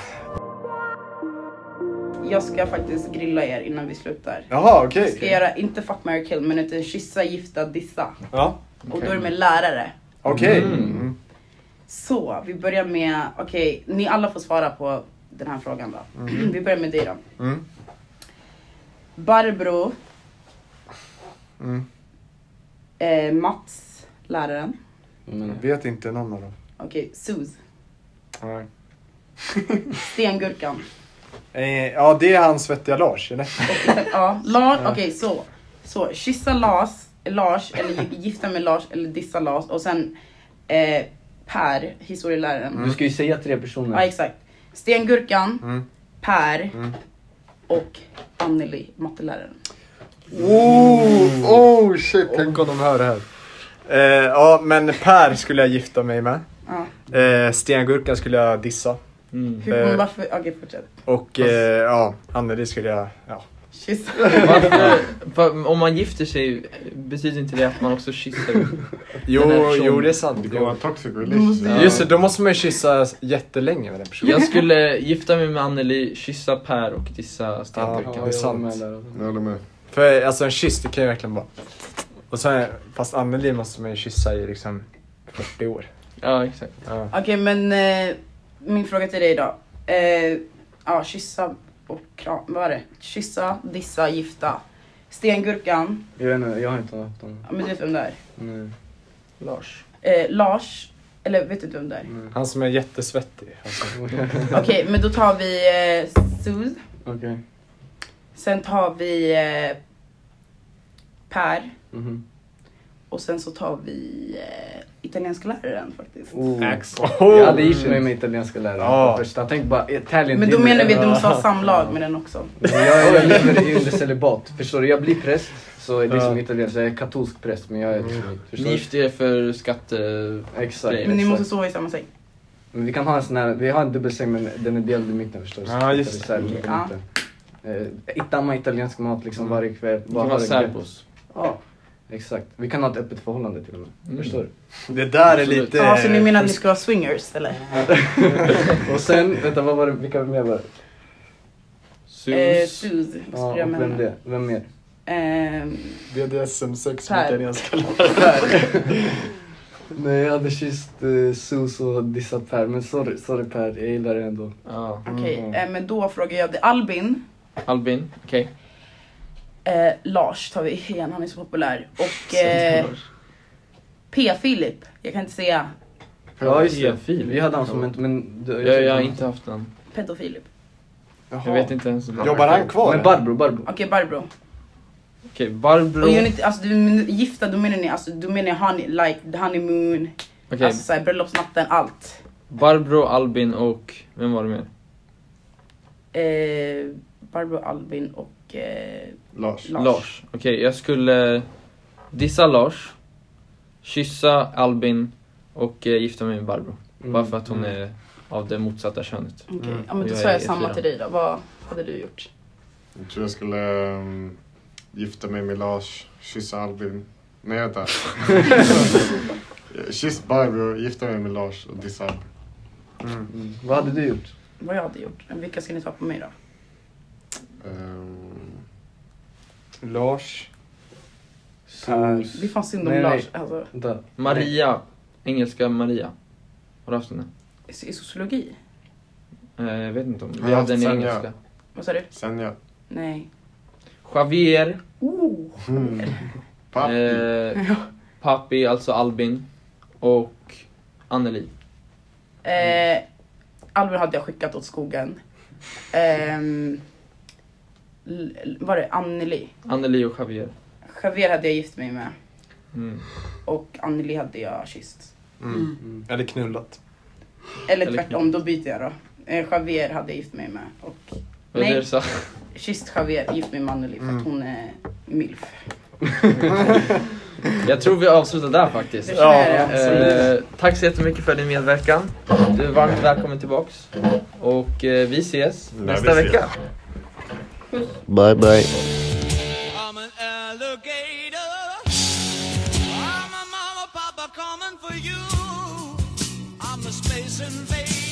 Jag ska faktiskt grilla er innan vi slutar. Jaha, okej. Jag ska göra, inte fuck, marry, kill, men utan kyssa, gifta, dissa. Ja, Och då är det med lärare. okej. Mm. Mm. Så, vi börjar med, okej, ni alla får svara på den här frågan då. Vi börjar med dig då. Mm. Barbro, Mm. eh, Mats, läraren. Men, Vet inte någon av dem. Okej, Sus, Nej. Stengurkan. Eh, ja, det är han svettiga Lars, eller? Och, ja, Lars, okej så. Så, kyssa Lars, Lars, eller gifta med Lars, eller dissa Lars. Och sen eh, Per, historieläraren. Du ska ju säga tre personer. Ja, exakt. Stengurkan, Mm. Per Mm. och Anneli, matteläraren. Oh, oh shit, tänk om de hör det här. Eh, ja, men Per skulle jag gifta mig med. Ja. Eh, Stengurkan skulle jag dissa. Mm. Hur, Eh. varför, okej fortsätt. Och eh, ja, Anneli skulle jag, ja. Kyssa. Varför, för, om man gifter sig, betyder inte det att man också kysser? Jo, Den här personen. jo det är sant. Det kommer vara Jo. toxic relationship. Ja. Just det, då måste man ju kyssa jättelänge med den personen. Jag skulle gifta mig med Anneli, kyssa Per och dissa Ja, Stengurkan. det är jag sant. håller med där. Jag håller med. För alltså en kyss, det kan ju verkligen vara. Och sen, fast Anneli måste man ju kyssa i liksom fyrtio år. Ja, exakt. Ja. Okej, men eh, min fråga till dig då. Eh, ja, kyssa och kram, vad var det? Kyssa, dissa, gifta. Stengurkan. Jag vet inte, jag har inte haft dem. Ja, men du vet vem det är. Nej. Lars. Eh, Lars. Eller vet du inte vem det är? Nej. Han som är jättesvettig. Alltså. Okej, okay, men då tar vi eh, Suz. Okej. Okay. Sen tar vi eh, Per. Mhm. Och sen så tar vi eh, italienska läraren faktiskt. Oh. Axel. Jag hade gift mig med italienska lärare. Ja. Först. Jag tänkte bara Italian Men då dinner. menar vi att du måste ha samlag med den också. Jag, jag lever under celibat. Förstår du? Jag blir präst. Så det är som Ja. italiensk. Jag är katolsk präst. Men jag är liksom inte. Förstår Ni du? gifter er för skatte... Exakt. Men ni måste exakt. sova i samma säng. Men vi kan ha en sån här. Vi har en dubbelsäng men den är delad i mitten, förstår du? Så Ja, just det. Så här, det. i Ja. mitten. Eh, Itama italiensk mat liksom varje kväll. Ni kan vara särbos. Ja, exakt. Vi kan ha ett öppet förhållande till och med. Mm. Förstår du? Det där är Absolut. lite... Ja, så ni menar att ni ska vara swingers eller? Och sen, vänta vad var det, vilka mer var det? Sus. Eh, Suz. Ja, och vem det? Vem mer? Ehm, B D S M sex Per. med italienska lärare. Nej, jag hade kysst uh, Sus och dissat Per. Men sorry, sorry Per, jag gillar det ändå. Ja. Okej, Mm. eh, men då frågar jag dig. Albin. Albin, okej. Eh, Lars tar vi igen, han är så populär. Och eh, P. Filip. Jag kan inte säga Ja, just det. P-fil. Vi hade han som en... Men, du- Jag, jag har inte haft den. pedofilip. Jag vet inte ens. Okej, Jobbar han kvar? Men Barbro, Barbro. Okej, Barbro. Barbro. Och gör ni inte, alltså du är gifta, då menar ni alltså, då menar jag honey, like the honeymoon, Okej, alltså såhär bröllopsnatten, allt. Barbro, Albin och... Vem var det mer? Eh, Barbro, Albin och eh, Lars. Lars. Lars. Okej, jag skulle dissa Lars, kyssa Albin och eh, gifta mig med Barbro. Mm. Bara för att hon är av det motsatta könet. Okej, Mm. ja men då Jag sa jag är samma fyra. till dig då. Vad hade du gjort? Jag tror jag skulle um, gifta mig med Lars, kyssa Albin. Nej, vänta. Kyss Barbro, gifta mig med Lars och dissa Albin. Mm. Mm. Vad hade du gjort? Vad jag hade gjort? Vilka ska ni ta på mig då? Um, Lars. Per. Det är fan synd om Nej, nej. Lars. Alltså, Vänta. Maria. Engelska Maria. Har du haft henne? i sociologi? Eh, jag vet inte om... Vi Jag har hade en haft i sen, ja. engelska. Vad sa du? sen ja. Nej. Javier. Oh. Mm. Papi. Eh, Papi, alltså Albin. Och Anneli. Eh, Albin hade jag skickat åt skogen. Ehm, l- var det Anneli? Anneli och Javier. Javier hade jag gift mig med. Mm. Och Anneli hade jag kysst. Mm. Mm. Eller knullat. Eller Eller tvärtom, då byter jag då. Eh, Javier hade jag gift mig med. Och Vad är det Nej. du sa? kysst Javier, gift mig med Anneli för att Mm. hon är milf. Jag tror vi avslutar där faktiskt. Det känner jag. Eh, tack så jättemycket för din medverkan. Du är varmt välkommen tillbaks. Och eh, vi ses När nästa vi ses. vecka. Bye bye. I'm an alligator. I'm a mama, papa coming for you. I'm a space invader.